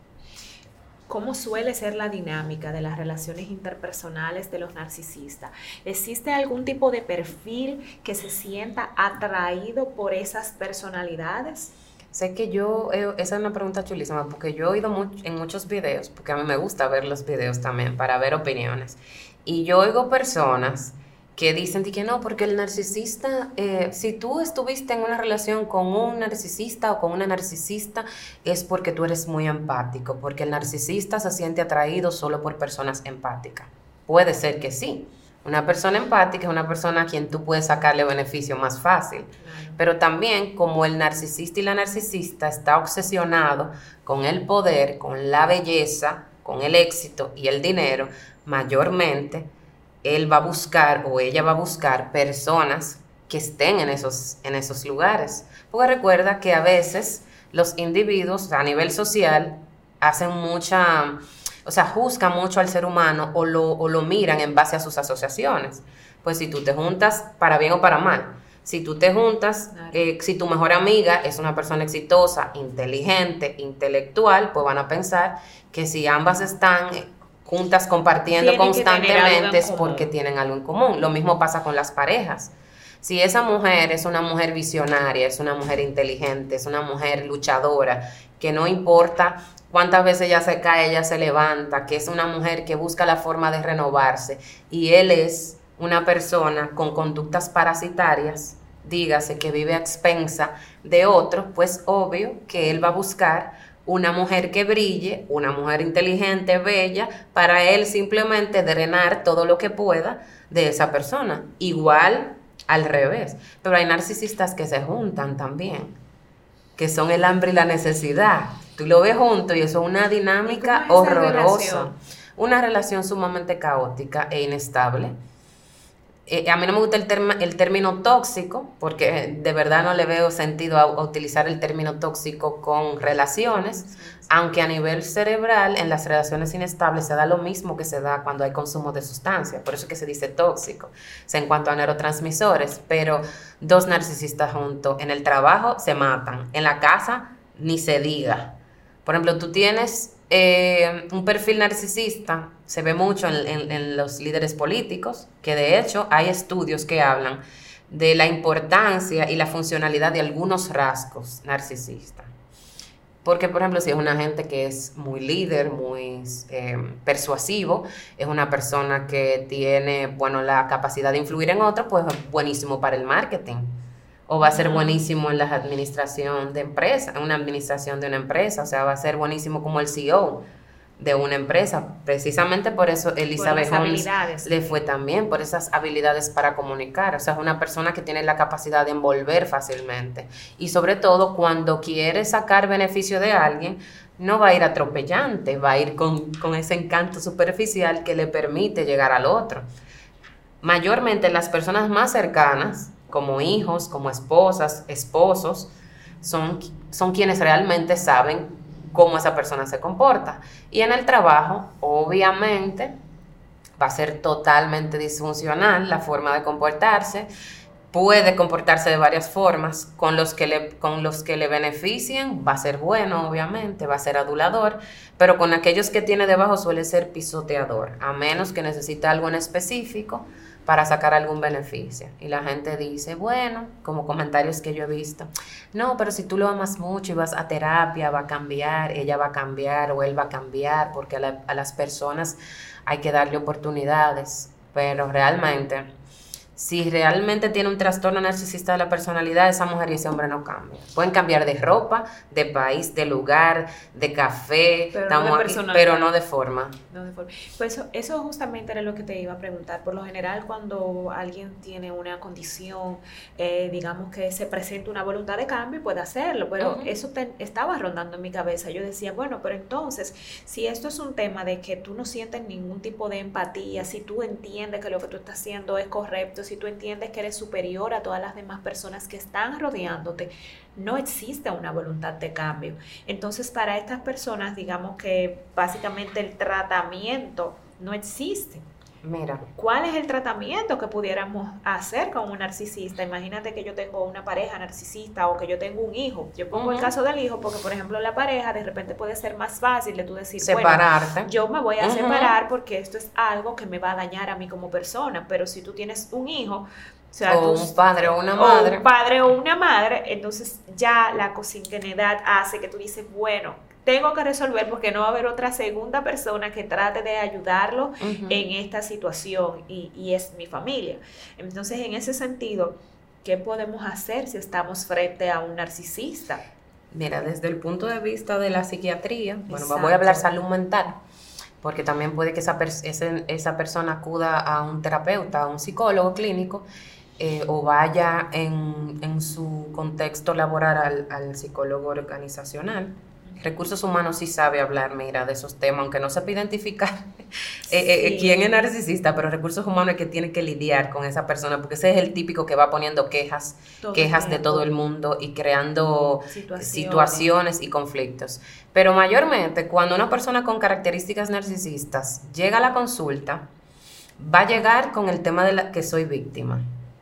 ¿Cómo suele ser la dinámica de las relaciones interpersonales de los narcisistas? ¿Existe algún tipo de perfil que se sienta atraído por esas personalidades? Sé que yo, eh, esa es una pregunta chulísima, porque yo he oído much, en muchos videos, porque a mí me gusta ver los videos también para ver opiniones, y yo oigo personas que dicen que no, porque el narcisista, eh, si tú estuviste en una relación con un narcisista o con una narcisista, es porque tú eres muy empático, porque el narcisista se siente atraído solo por personas empáticas. Puede ser que sí. Una persona empática es una persona a quien tú puedes sacarle beneficio más fácil. Claro. Pero también, como el narcisista y la narcisista está obsesionado con el poder, con la belleza, con el éxito y el dinero, mayormente él va a buscar o ella va a buscar personas que estén en esos, en esos lugares. Porque recuerda que a veces los individuos a nivel social hacen mucha, o sea, juzgan mucho al ser humano o lo, o lo miran en base a sus asociaciones. Pues si tú te juntas para bien o para mal, si tú te juntas, claro. eh, si tu mejor amiga es una persona exitosa, inteligente, intelectual, pues van a pensar que si ambas están juntas compartiendo tienen constantemente es porque tienen algo en común. Lo mismo pasa con las parejas. Si esa mujer es una mujer visionaria, es una mujer inteligente, es una mujer luchadora, que no importa cuántas veces ella se cae, ella se levanta, que es una mujer que busca la forma de renovarse, y él es una persona con conductas parasitarias, dígase que vive a expensa de otro, pues obvio que él va a buscar una mujer que brille, una mujer inteligente, bella, para él simplemente drenar todo lo que pueda de esa persona. Igual al revés. Pero hay narcisistas que se juntan también, que son el hambre y la necesidad. Tú lo ves junto y eso es una dinámica ¿Y cómo es esa horrorosa. relación? Una relación sumamente caótica e inestable. Eh, a mí no me gusta el, term- el término tóxico, porque de verdad no le veo sentido a, a utilizar el término tóxico con relaciones, aunque a nivel cerebral en las relaciones inestables se da lo mismo que se da cuando hay consumo de sustancias, por eso es que se dice tóxico, o sea, en cuanto a neurotransmisores, pero dos narcisistas juntos en el trabajo se matan, en la casa ni se diga. Por ejemplo, tú tienes eh, un perfil narcisista, se ve mucho en, en, en los líderes políticos, que de hecho hay estudios que hablan de la importancia y la funcionalidad de algunos rasgos narcisistas. Porque, por ejemplo, si es una gente que es muy líder, muy eh, persuasivo, es una persona que tiene, bueno, la capacidad de influir en otros, pues es buenísimo para el marketing. O va a ser buenísimo en la administración de empresa, en una administración de una empresa, o sea, va a ser buenísimo como el C E O de una empresa. Precisamente por eso Elizabeth Holmes le fue también, por esas habilidades para comunicar. O sea, es una persona que tiene la capacidad de envolver fácilmente. Y sobre todo, cuando quiere sacar beneficio de alguien, no va a ir atropellante, va a ir con, con ese encanto superficial que le permite llegar al otro. Mayormente las personas más cercanas, como hijos, como esposas, esposos, son, son quienes realmente saben cómo esa persona se comporta. Y en el trabajo, obviamente, va a ser totalmente disfuncional la forma de comportarse. Puede comportarse de varias formas, con los que le, con los que le beneficien, va a ser bueno, obviamente, va a ser adulador, pero con aquellos que tiene debajo suele ser pisoteador, a menos que necesite algo en específico para sacar algún beneficio. Y la gente dice, bueno, como comentarios que yo he visto, no, pero si tú lo amas mucho y vas a terapia, va a cambiar, ella va a cambiar o él va a cambiar, porque a, la, a las personas hay que darle oportunidades, pero realmente, si realmente tiene un trastorno narcisista de la personalidad, esa mujer y ese hombre no cambian. Pueden cambiar de ropa, de país, de lugar, de café, pero, estamos no, de aquí, pero no de forma. No de forma. Pues eso, eso justamente era lo que te iba a preguntar. Por lo general, cuando alguien tiene una condición, eh, digamos que se presenta una voluntad de cambio, puede hacerlo, pero uh-huh. eso te, estaba rondando en mi cabeza. Yo decía, bueno, pero entonces, si esto es un tema de que tú no sientes ningún tipo de empatía, si tú entiendes que lo que tú estás haciendo es correcto, si tú entiendes que eres superior a todas las demás personas que están rodeándote, no existe una voluntad de cambio. Entonces, para estas personas, digamos que básicamente el tratamiento no existe. Mira. ¿Cuál es el tratamiento que pudiéramos hacer con un narcisista? Imagínate que yo tengo una pareja narcisista o que yo tengo un hijo. Yo pongo uh-huh. el caso del hijo porque, por ejemplo, la pareja de repente puede ser más fácil de tú decir, separarte. Bueno, yo me voy a uh-huh. separar porque esto es algo que me va a dañar a mí como persona. Pero si tú tienes un hijo, o, sea, o tú, un padre o una madre. O un padre o una madre, entonces ya la cosingeneidad hace que tú dices, bueno, tengo que resolver porque no va a haber otra segunda persona que trate de ayudarlo uh-huh. en esta situación y, y es mi familia. Entonces, en ese sentido, ¿qué podemos hacer si estamos frente a un narcisista? Mira, desde el punto de vista de la psiquiatría, Exacto. bueno, voy a hablar salud mental, porque también puede que esa, pers- ese, esa persona acuda a un terapeuta, a un psicólogo clínico, eh, o vaya en, en su contexto laboral al, al psicólogo organizacional. Recursos Humanos sí sabe hablar, mira, de esos temas, aunque no sepa identificar sí. eh, eh, quién es narcisista, pero Recursos Humanos es que tiene que lidiar con esa persona, porque ese es el típico que va poniendo quejas, todo quejas de todo el mundo y creando situaciones. situaciones y conflictos. Pero mayormente, cuando una persona con características narcisistas llega a la consulta, va a llegar con el tema de la que soy víctima.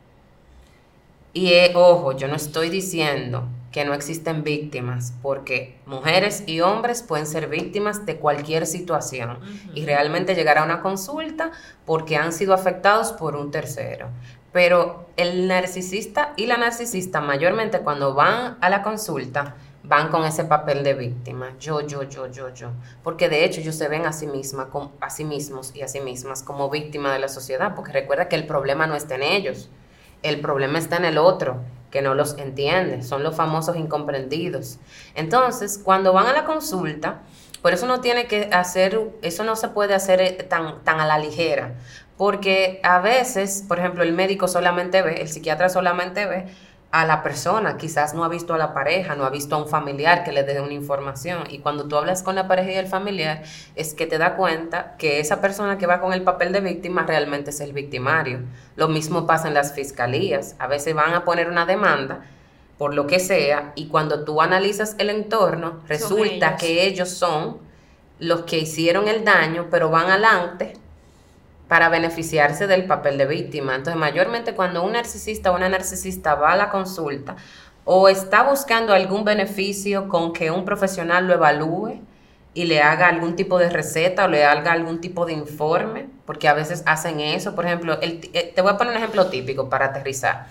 Y eh, ojo, yo no estoy diciendo que no existen víctimas, porque mujeres y hombres pueden ser víctimas de cualquier situación uh-huh. y realmente llegar a una consulta porque han sido afectados por un tercero. Pero el narcisista y la narcisista mayormente cuando van a la consulta van con ese papel de víctima, yo, yo, yo, yo, yo, porque de hecho ellos se ven a sí, misma, a sí mismos y a sí mismas como víctima de la sociedad, porque recuerda que el problema no está en ellos, el problema está en el otro, que no los entiende, son los famosos incomprendidos. Entonces, cuando van a la consulta, por eso no tiene que hacer, eso no se puede hacer tan, tan a la ligera, porque a veces, por ejemplo, el médico solamente ve, el psiquiatra solamente ve a la persona, quizás no ha visto a la pareja, no ha visto a un familiar que le dé una información, y cuando tú hablas con la pareja y el familiar es que te das cuenta que esa persona que va con el papel de víctima realmente es el victimario. Lo mismo pasa en las fiscalías, a veces van a poner una demanda por lo que sea, y cuando tú analizas el entorno resulta ellos. que ellos son los que hicieron el daño, pero van adelante para beneficiarse del papel de víctima. Entonces, mayormente cuando un narcisista o una narcisista va a la consulta o está buscando algún beneficio con que un profesional lo evalúe y le haga algún tipo de receta o le haga algún tipo de informe, porque a veces hacen eso. Por ejemplo, el, te voy a poner un ejemplo típico para aterrizar.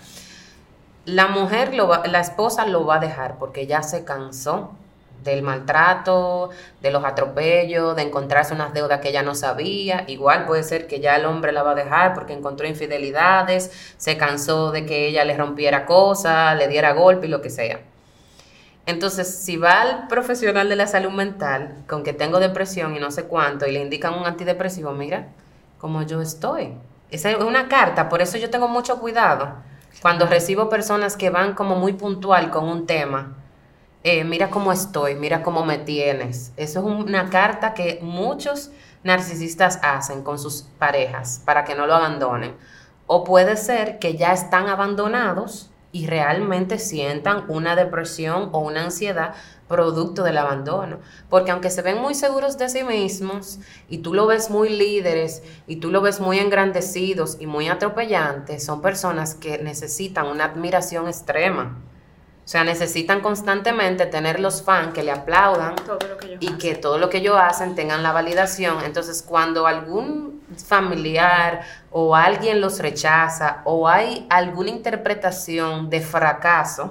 La mujer, lo va, la esposa lo va a dejar porque ya se cansó del maltrato, de los atropellos, de encontrarse unas deudas que ella no sabía. Igual puede ser que ya el hombre la va a dejar porque encontró infidelidades, se cansó de que ella le rompiera cosas, le diera golpe y lo que sea. Entonces, si va al profesional de la salud mental con que tengo depresión y no sé cuánto y le indican un antidepresivo, mira cómo yo estoy. Esa es una carta, por eso yo tengo mucho cuidado cuando recibo personas que van como muy puntual con un tema. Eh, mira cómo estoy, mira cómo me tienes. Eso es una carta que muchos narcisistas hacen con sus parejas para que no lo abandonen. O puede ser que ya están abandonados y realmente sientan una depresión o una ansiedad producto del abandono. Porque aunque se ven muy seguros de sí mismos y tú lo ves muy líderes y tú lo ves muy engrandecidos y muy atropellantes, son personas que necesitan una admiración extrema. O sea, necesitan constantemente tener los fans que le aplaudan todo lo que y hacen. Que todo lo que ellos hacen tengan la validación. Entonces, cuando algún familiar o alguien los rechaza o hay alguna interpretación de fracaso,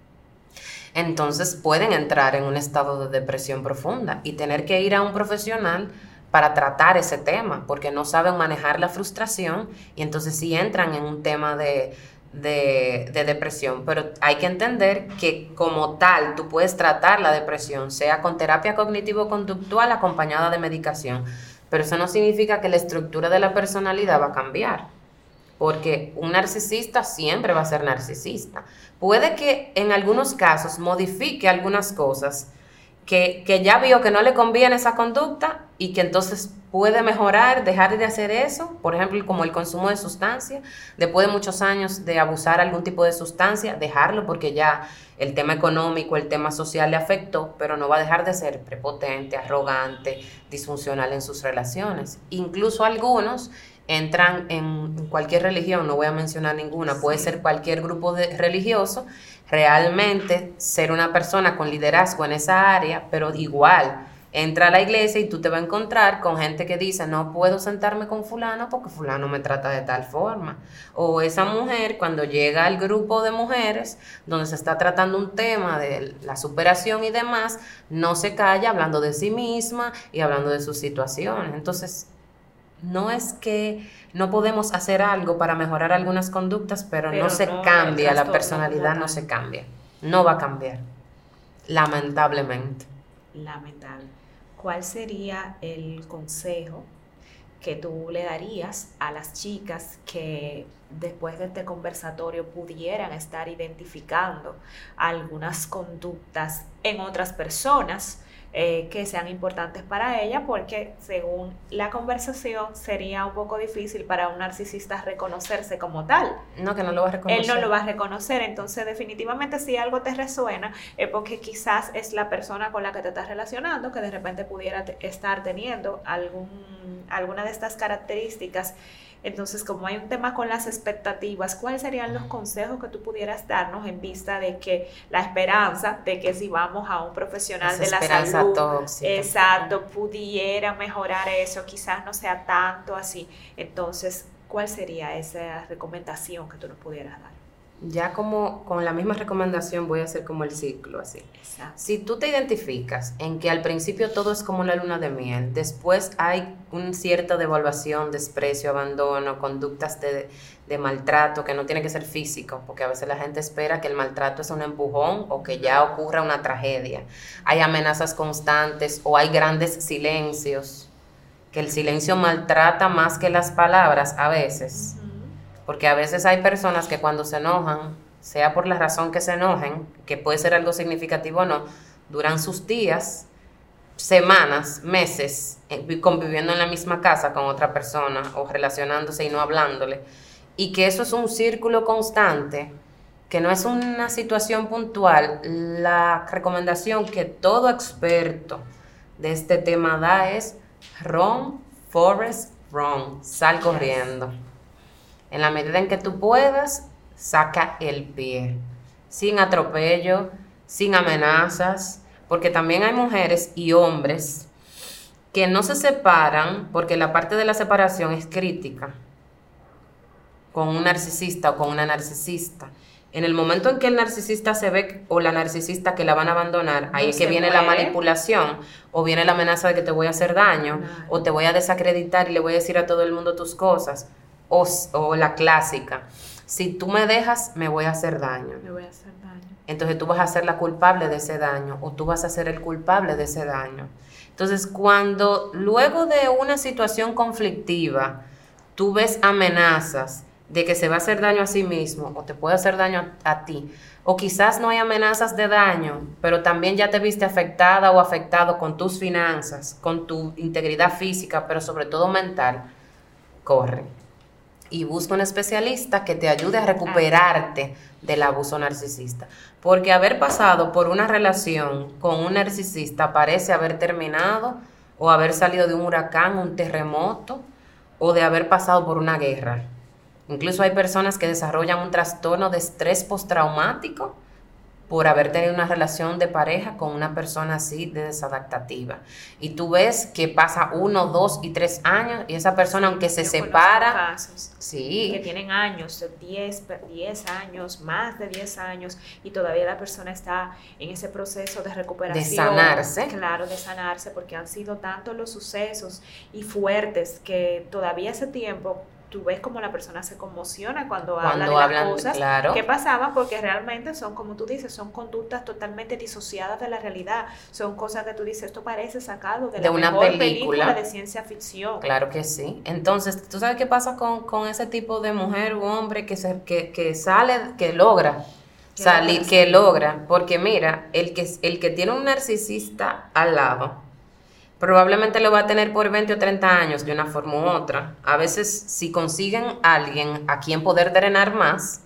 entonces pueden entrar en un estado de depresión profunda y tener que ir a un profesional para tratar ese tema, porque no saben manejar la frustración y entonces sí entran en un tema de... De, de depresión. Pero hay que entender que como tal tú puedes tratar la depresión, sea con terapia cognitivo-conductual acompañada de medicación, pero eso no significa que la estructura de la personalidad va a cambiar, porque un narcisista siempre va a ser narcisista. Puede que en algunos casos modifique algunas cosas que, que ya vio que no le conviene esa conducta y que entonces puede mejorar, dejar de hacer eso, por ejemplo, como el consumo de sustancias, después de muchos años de abusar algún tipo de sustancia, dejarlo porque ya el tema económico, el tema social le afectó, pero no va a dejar de ser prepotente, arrogante, disfuncional en sus relaciones. Incluso algunos entran en cualquier religión, no voy a mencionar ninguna, puede ser cualquier grupo de religioso, realmente ser una persona con liderazgo en esa área, pero igual entra a la iglesia y tú te vas a encontrar con gente que dice, no puedo sentarme con fulano porque fulano me trata de tal forma. O esa mujer cuando llega al grupo de mujeres donde se está tratando un tema de la superación y demás, no se calla hablando de sí misma y hablando de sus situaciones. Entonces, no es que no podemos hacer algo para mejorar algunas conductas, pero, pero no se no, cambia, la personalidad no se cambia, no va a cambiar, lamentablemente. Lamentable. ¿Cuál sería el consejo que tú le darías a las chicas que después de este conversatorio pudieran estar identificando algunas conductas en otras personas eh, que sean importantes para ella? Porque según la conversación sería un poco difícil para un narcisista reconocerse como tal. No, que no lo va a reconocer. Él no lo va a reconocer, entonces definitivamente si algo te resuena es porque quizás es la persona con la que te estás relacionando que de repente pudiera te- estar teniendo algún, alguna de estas características. Entonces, como hay un tema con las expectativas, ¿cuáles serían los consejos que tú pudieras darnos en vista de que la esperanza de que si vamos a un profesional Esa de la esperanza salud, tóxica, exacto, pudiera mejorar eso, quizás no sea tanto así? Entonces, ¿cuál sería esa recomendación que tú nos pudieras dar? Ya como con la misma recomendación voy a hacer como el ciclo así. Exacto. Si tú te identificas en que al principio todo es como la luna de miel, después hay una cierta devaluación, desprecio, abandono, conductas de, de maltrato que no tiene que ser físico, porque a veces la gente espera que el maltrato es un empujón o que ya ocurra una tragedia. Hay amenazas constantes o hay grandes silencios, que el silencio maltrata más que las palabras a veces. Porque a veces hay personas que cuando se enojan sea por la razón que se enojen, que puede ser algo significativo o no, duran sus días, semanas, meses, eh, conviviendo en la misma casa con otra persona o relacionándose y no hablándole, y que eso es un círculo constante, que no es una situación puntual. La recomendación que todo experto de este tema da es run, Forrest, run, sal corriendo. En la medida en que tú puedas, saca el pie, sin atropello, sin amenazas, porque también hay mujeres y hombres que no se separan porque la parte de la separación es crítica con un narcisista o con una narcisista. En el momento en que el narcisista se ve o la narcisista que la van a abandonar, ahí no es que viene muere. La manipulación o viene la amenaza de que te voy a hacer daño, claro, o te voy a desacreditar y le voy a decir a todo el mundo tus cosas, o, o la clásica, si tú me dejas me voy a hacer daño. Me voy a hacer daño. Entonces tú vas a ser la culpable de ese daño o tú vas a ser el culpable de ese daño. Entonces cuando luego de una situación conflictiva tú ves amenazas de que se va a hacer daño a sí mismo o te puede hacer daño a, a ti, o quizás no hay amenazas de daño, pero también ya te viste afectada o afectado con tus finanzas, con tu integridad física, pero sobre todo mental, corre y busca un especialista que te ayude a recuperarte del abuso narcisista, porque haber pasado por una relación con un narcisista parece haber terminado o haber salido de un huracán, un terremoto, o de haber pasado por una guerra. Incluso hay personas que desarrollan un trastorno de estrés postraumático por haber tenido una relación de pareja con una persona así de desadaptativa. Y tú ves que pasa uno, dos y tres años y esa persona, aunque se separa... Casos sí. Que tienen años, diez, diez años, más de diez años, y todavía la persona está en ese proceso de recuperación. De sanarse. Claro, de sanarse, porque han sido tantos los sucesos y fuertes que todavía ese tiempo... Tú ves como la persona se conmociona cuando, cuando habla de hablan, las cosas claro. que pasaban, porque realmente son, como tú dices, son conductas totalmente disociadas de la realidad. Son cosas que tú dices, esto parece sacado de, de la una mejor película. película de ciencia ficción. Claro que sí. Entonces, ¿tú sabes qué pasa con, con ese tipo de mujer u hombre que, se, que, que sale, que logra salir, que logra? Porque mira, el que, el que tiene un narcisista al lado, probablemente lo va a tener por veinte o treinta años de una forma u otra. A veces, si consiguen a alguien a quien poder drenar más,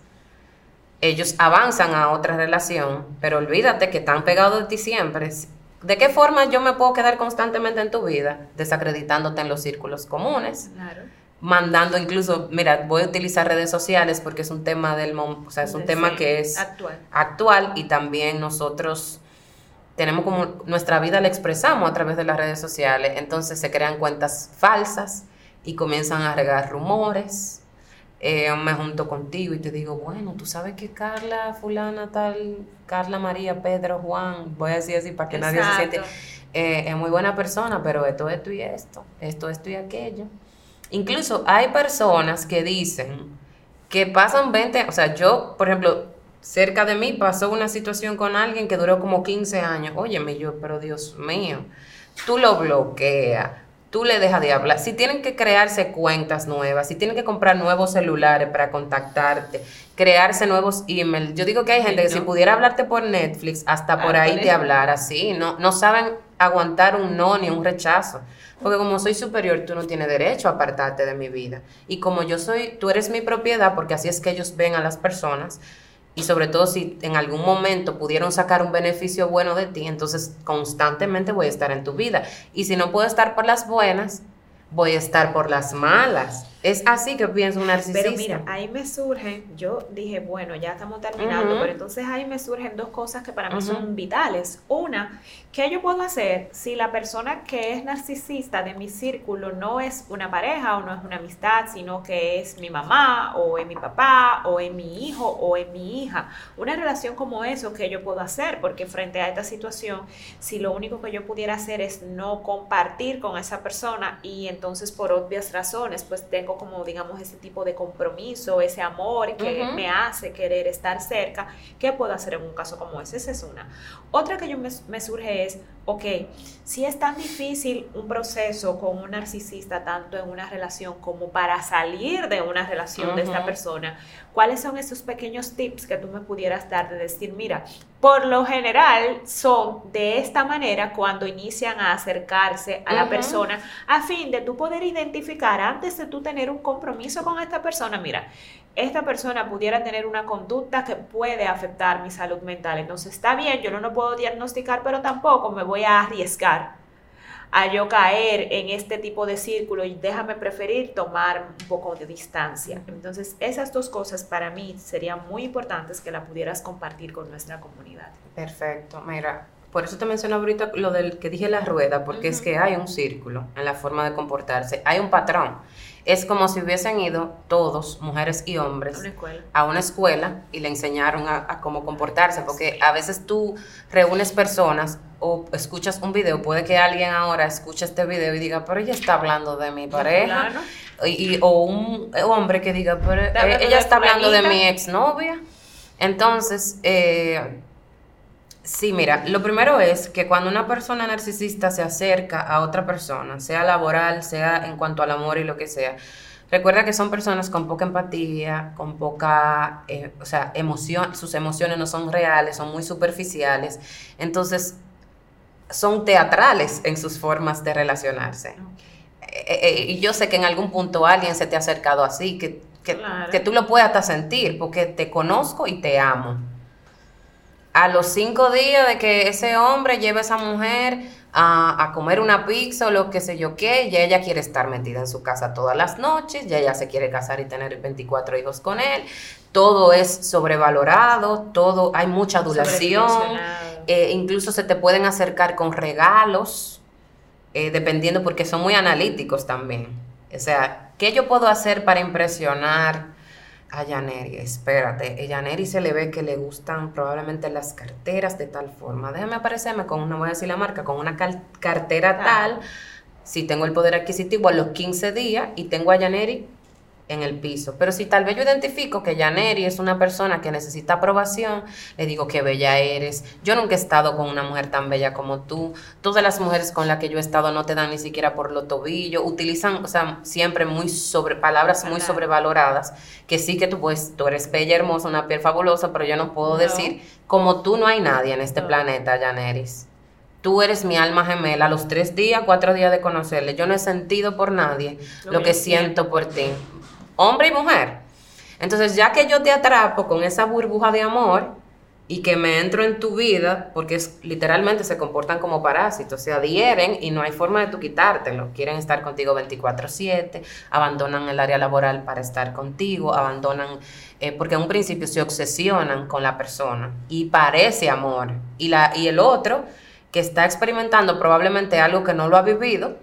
ellos avanzan a otra relación, pero olvídate que están pegados de ti siempre. ¿De qué forma yo me puedo quedar constantemente en tu vida? Desacreditándote en los círculos comunes. Claro. Mandando incluso, mira, voy a utilizar redes sociales porque es un tema del, o sea, es un sí, tema que es actual. actual y también nosotros tenemos como nuestra vida la expresamos a través de las redes sociales, entonces se crean cuentas falsas y comienzan a regar rumores. Eh, me junto contigo y te digo, bueno, tú sabes que Carla, fulana, tal, Carla, María, Pedro, Juan, voy a decir así para que Exacto. nadie se siente, eh, es muy buena persona, pero esto, esto y esto, esto, esto y aquello. Incluso hay personas que dicen que pasan veinte, o sea, yo, por ejemplo, cerca de mí pasó una situación con alguien que duró como quince años. Óyeme, yo, pero Dios mío, tú lo bloqueas, tú le dejas de hablar. Si tienen que crearse cuentas nuevas, si tienen que comprar nuevos celulares para contactarte, crearse nuevos emails. Yo digo que hay gente sí, ¿no? que si pudiera hablarte por Netflix, hasta por ah, ahí te hablara así. No, no saben aguantar un no ni un rechazo. Porque como soy superior, tú no tienes derecho a apartarte de mi vida. Y como yo soy, tú eres mi propiedad, porque así es que ellos ven a las personas. Y sobre todo si en algún momento pudieron sacar un beneficio bueno de ti, entonces constantemente voy a estar en tu vida. Y si no puedo estar por las buenas, voy a estar por las malas. Es así que piensa un narcisista. Pero mira, ahí me surgen, yo dije, bueno, ya estamos terminando, uh-huh. pero entonces ahí me surgen dos cosas que para mí uh-huh. son vitales. Una, ¿qué yo puedo hacer si la persona que es narcisista de mi círculo no es una pareja o no es una amistad, sino que es mi mamá o es mi papá o es mi hijo o es mi hija? Una relación como eso, ¿qué yo puedo hacer? Porque frente a esta situación, si lo único que yo pudiera hacer es no compartir con esa persona y entonces por obvias razones, pues tengo como digamos ese tipo de compromiso, ese amor que uh-huh. me hace querer estar cerca, ¿qué puedo hacer en un caso como ese? Esa es una. Otra que yo me, me surge es, ok, si es tan difícil un proceso con un narcisista, tanto en una relación como para salir de una relación uh-huh. de esta persona, ¿cuáles son esos pequeños tips que tú me pudieras dar de decir, mira, por lo general son de esta manera cuando inician a acercarse a uh-huh. la persona, a fin de tú poder identificar antes de tú tener un compromiso con esta persona, mira, esta persona pudiera tener una conducta que puede afectar mi salud mental. Entonces está bien, yo no lo puedo diagnosticar, pero tampoco me voy a arriesgar a yo caer en este tipo de círculo y déjame preferir tomar un poco de distancia. Entonces esas dos cosas para mí serían muy importantes que la pudieras compartir con nuestra comunidad. Perfecto, mira, por eso te menciono ahorita lo del que dije la rueda, porque uh-huh. es que hay un círculo en la forma de comportarse, hay un patrón. Es como si hubiesen ido todos, mujeres y hombres, una escuela. a una escuela y le enseñaron a, a cómo comportarse, porque a veces tú reúnes personas o escuchas un video, puede que alguien ahora escuche este video y diga, pero ella está hablando de mi pareja, y, y, o un hombre que diga, pero eh, ella está hablando de mi exnovia. Entonces, eh, sí, mira, lo primero es que cuando una persona narcisista se acerca a otra persona, sea laboral, sea en cuanto al amor y lo que sea, recuerda que son personas con poca empatía, con poca, eh, o sea, emoción, sus emociones no son reales, son muy superficiales, entonces son teatrales en sus formas de relacionarse. Okay. Eh, eh, y yo sé que en algún punto alguien se te ha acercado así, que, que, claro. que tú lo puedes hasta sentir, porque te conozco y te amo. A los cinco días de que ese hombre lleve a esa mujer a, a comer una pizza o lo que sé yo qué, ya ella quiere estar metida en su casa todas las noches, ya ella se quiere casar y tener veinticuatro hijos con él, todo es sobrevalorado, todo, hay mucha adulación, eh, incluso se te pueden acercar con regalos, eh, dependiendo, porque son muy analíticos también. O sea, ¿qué yo puedo hacer para impresionar a Yaneri? Espérate, a Yaneri se le ve que le gustan probablemente las carteras de tal forma. Déjame aparecerme con, no voy a decir la marca, con una cal- cartera ah. tal, si tengo el poder adquisitivo a los quince días y tengo a Yaneri en el piso. Pero si tal vez yo identifico que Yaneri es una persona que necesita aprobación, le digo qué bella eres. Yo nunca he estado con una mujer tan bella como tú. Todas las mujeres con las que yo he estado no te dan ni siquiera por los tobillos. Utilizan, o sea, siempre muy sobre, palabras muy sobrevaloradas, que sí que tú, pues, tú eres bella, hermosa, una piel fabulosa, pero yo no puedo no. decir, como tú no hay nadie en este no. planeta, Yaneris. Tú eres mi alma gemela. A los tres días, cuatro días de conocerle, yo no he sentido por nadie lo, lo que siento por ti. Hombre y mujer. Entonces, ya que yo te atrapo con esa burbuja de amor y que me entro en tu vida, porque es, literalmente se comportan como parásitos, se adhieren y no hay forma de tú quitártelo. Quieren estar contigo veinticuatro siete, abandonan el área laboral para estar contigo, abandonan, eh, porque en un principio se obsesionan con la persona y parece amor. Y, la, y el otro, que está experimentando probablemente algo que no lo ha vivido,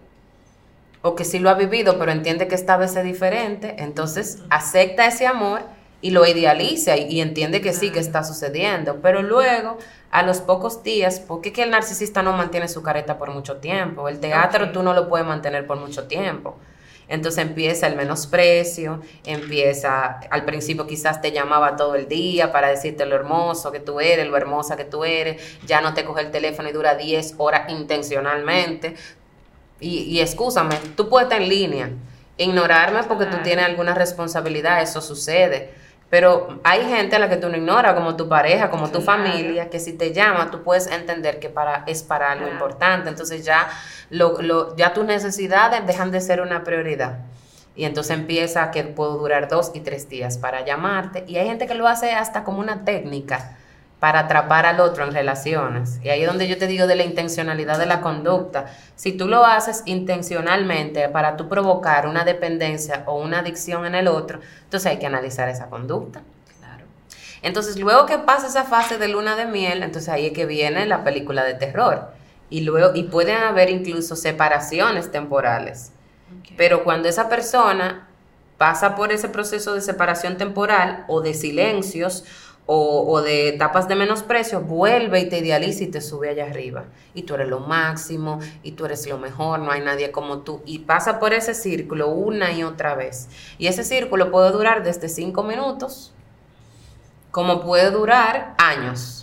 o que sí lo ha vivido, pero entiende que esta vez es diferente, entonces acepta ese amor y lo idealiza y, y entiende que sí, que está sucediendo, pero luego, a los pocos días, porque es que el narcisista no mantiene su careta por mucho tiempo, el teatro okay. tú no lo puedes mantener por mucho tiempo, entonces empieza el menosprecio, empieza, al principio quizás te llamaba todo el día para decirte lo hermoso que tú eres, lo hermosa que tú eres, ya no te coge el teléfono y dura diez horas intencionalmente. Y, y excúsame, tú puedes estar en línea, ignorarme porque tú tienes alguna responsabilidad, eso sucede, pero hay gente a la que tú no ignoras, como tu pareja, como tu familia, que si te llama, tú puedes entender que para, es para algo importante, entonces ya, lo, lo, ya tus necesidades dejan de ser una prioridad, y entonces empieza que puedo durar dos y tres días para llamarte, y hay gente que lo hace hasta como una técnica, para atrapar al otro en relaciones. Y ahí es donde yo te digo de la intencionalidad de la conducta. Si tú lo haces intencionalmente para tú provocar una dependencia o una adicción en el otro, entonces hay que analizar esa conducta. Claro. Entonces, luego que pasa esa fase de luna de miel, entonces ahí es que viene la película de terror. Y luego, y pueden haber incluso separaciones temporales. Okay. Pero cuando esa persona pasa por ese proceso de separación temporal o de silencios, O, o de etapas de menosprecio, vuelve y te idealiza y te sube allá arriba. Y tú eres lo máximo, y tú eres lo mejor, no hay nadie como tú. Y pasa por ese círculo una y otra vez. Y ese círculo puede durar desde cinco minutos, como puede durar años.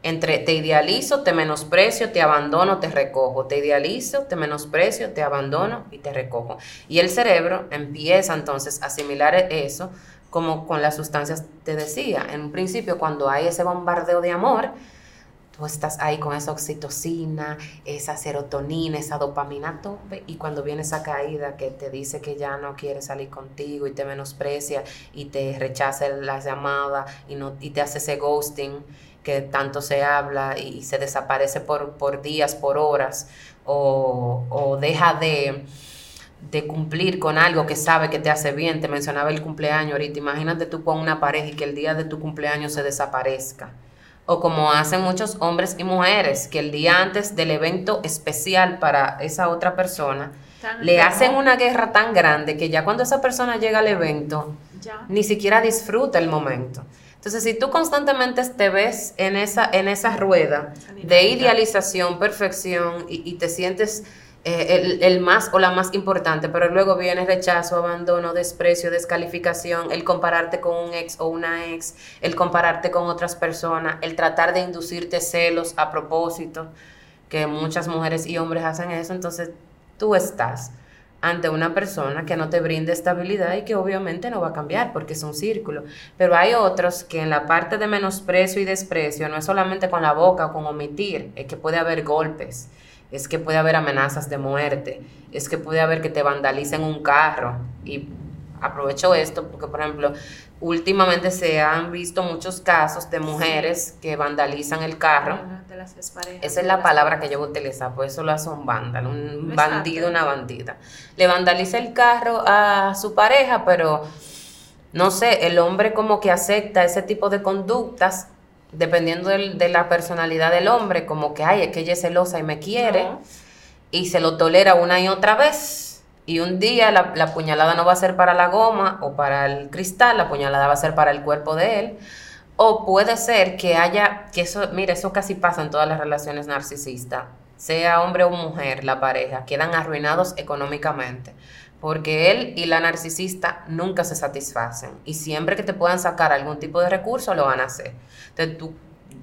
entre te idealizo, te menosprecio, te abandono, te recojo, te idealizo, te menosprecio, te abandono y te recojo. Y el cerebro empieza entonces a asimilar eso como con las sustancias te decía. En un principio, cuando hay ese bombardeo de amor, tú estás ahí con esa oxitocina, esa serotonina, esa dopamina a tope, y cuando viene esa caída que te dice que ya no quiere salir contigo y te menosprecia y te rechaza las llamadas y, no, y te hace ese ghosting que tanto se habla y, y se desaparece por, por días, por horas, o, o deja de, de cumplir con algo que sabe que te hace bien. Te mencionaba el cumpleaños ahorita, imagínate tú con una pareja y que el día de tu cumpleaños se desaparezca. O como hacen muchos hombres y mujeres, que el día antes del evento especial para esa otra persona, tan le hacen como una guerra tan grande que ya cuando esa persona llega al evento, ya ni siquiera disfruta el momento. Entonces, si tú constantemente te ves en esa, en esa rueda de idealización, perfección, y, y te sientes eh, el, el más o la más importante, pero luego viene rechazo, abandono, desprecio, descalificación, el compararte con un ex o una ex, el compararte con otras personas, el tratar de inducirte celos a propósito, que muchas mujeres y hombres hacen eso. Entonces, tú estás ante una persona que no te brinde estabilidad y que obviamente no va a cambiar porque es un círculo. Pero hay otros que en la parte de menosprecio y desprecio no es solamente con la boca o con omitir, es que puede haber golpes, es que puede haber amenazas de muerte, es que puede haber que te vandalicen un carro. Y aprovecho esto porque, por ejemplo, últimamente se han visto muchos casos de mujeres sí. que vandalizan el carro. De las exparejas, esa es la palabra que yo voy a utilizar, pues eso lo hace un vándalo, un Exacto. bandido, una bandida. Le vandaliza el carro a su pareja, pero no sé, el hombre como que acepta ese tipo de conductas, dependiendo del, de la personalidad del hombre, como que, ay, es que ella es celosa y me quiere, no. y se lo tolera una y otra vez. Y un día la, la puñalada no va a ser para la goma o para el cristal, la puñalada va a ser para el cuerpo de él. O puede ser que haya, que eso, mire, eso casi pasa en todas las relaciones narcisistas, sea hombre o mujer, la pareja, quedan arruinados económicamente, porque él y la narcisista nunca se satisfacen, y siempre que te puedan sacar algún tipo de recurso, lo van a hacer. Entonces, tú,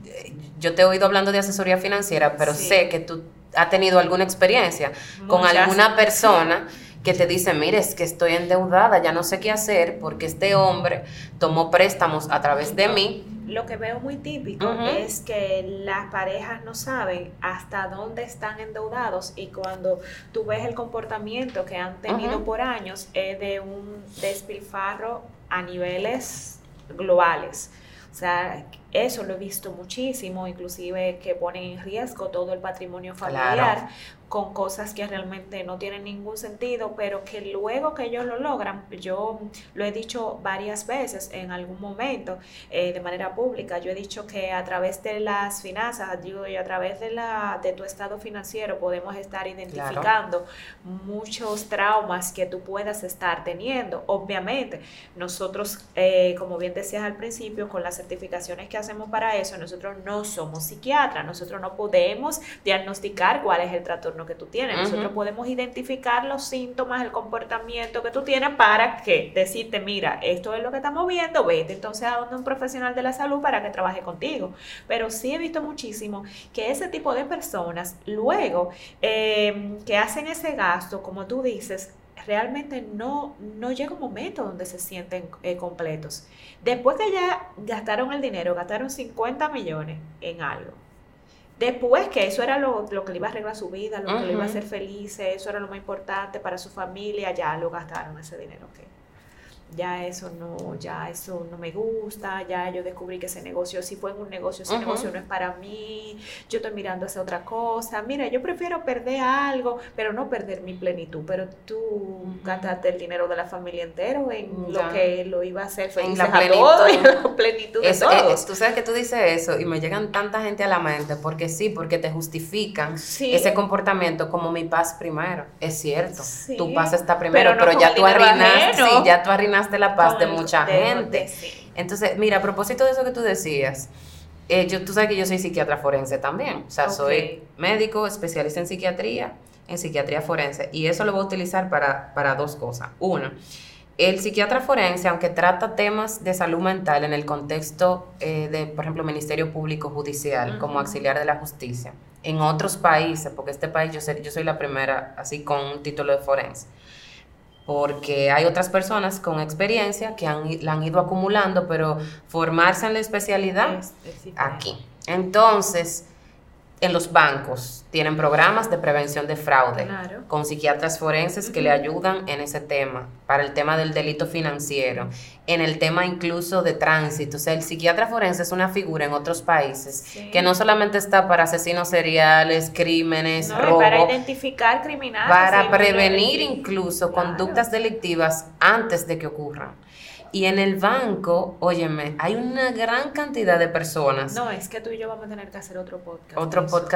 yo te he oído hablando de asesoría financiera, pero sí. sé que tú has tenido alguna experiencia Muchas. con alguna persona que te dice, mire, es que estoy endeudada, ya no sé qué hacer porque este hombre tomó préstamos a través de mí. Lo que veo muy típico uh-huh. es que las parejas no saben hasta dónde están endeudados, y cuando tú ves el comportamiento que han tenido uh-huh. por años es de un despilfarro a niveles globales. O sea, eso lo he visto muchísimo, inclusive que ponen en riesgo todo el patrimonio familiar, claro. con cosas que realmente no tienen ningún sentido, pero que luego que ellos lo logran, yo lo he dicho varias veces en algún momento, eh, de manera pública, yo he dicho que a través de las finanzas, digo yo, a través de, la, de tu estado financiero podemos estar identificando claro. muchos traumas que tú puedas estar teniendo. Obviamente, nosotros, eh, como bien decías al principio, con las certificaciones que hacemos para eso, nosotros no somos psiquiatras, nosotros no podemos diagnosticar cuál es el trastorno que tú tienes, uh-huh. nosotros podemos identificar los síntomas, el comportamiento que tú tienes para que decirte, mira, esto es lo que estamos viendo, vete entonces a donde un profesional de la salud para que trabaje contigo. Pero sí he visto muchísimo que ese tipo de personas luego eh, que hacen ese gasto, como tú dices, realmente no, no llega un momento donde se sienten eh, completos. Después que ya gastaron el dinero, gastaron cincuenta millones en algo, después que eso era lo, lo que le iba a arreglar su vida, lo uh-huh. que le iba a hacer feliz, eso era lo más importante para su familia, ya lo gastaron ese dinero, ¿ok? Ya eso no, ya eso no me gusta, ya yo descubrí que ese negocio, si fue en un negocio, ese uh-huh. negocio no es para mí, yo estoy mirando hacia otra cosa, mira, yo prefiero perder algo, pero no perder mi plenitud, pero tú uh-huh. gastaste el dinero de la familia entero en ya. lo que lo iba a hacer feliz a todos, y en la plenitud de eso, todos. Es, tú sabes que tú dices eso y me llegan tanta gente a la mente, porque sí, porque te justifican sí. ese comportamiento como mi paz primero, es cierto, sí. tu paz está primero, pero, no pero ya tú arruinaste, sí, ya tú arruinaste de la paz de mucha de, gente. De, sí. Entonces, mira, a propósito de eso que tú decías, eh, yo, tú sabes que yo soy psiquiatra forense también, o sea, okay. soy médico, especialista en psiquiatría, en psiquiatría forense, y eso lo voy a utilizar para, para dos cosas. Una, el psiquiatra forense, aunque trata temas de salud mental en el contexto eh, de, por ejemplo, Ministerio Público Judicial, uh-huh. como auxiliar de la justicia, en otros países, porque este país yo, sé, yo soy la primera así con un título de forense, porque hay otras personas con experiencia que han, la han ido acumulando, pero formarse en la especialidad es, es aquí. Entonces, en los bancos tienen programas de prevención de fraude, claro. con psiquiatras forenses uh-huh. que le ayudan en ese tema, para el tema del delito financiero, en el tema incluso de tránsito. O sea, el psiquiatra forense es una figura en otros países sí. que no solamente está para asesinos seriales, crímenes, no, robo, para identificar criminales, para prevenir incluso claro. conductas delictivas antes de que ocurran. Y en el banco, óyeme, hay una gran cantidad de personas. No, es que tú y yo vamos a tener que hacer otro podcast. Otro podcast.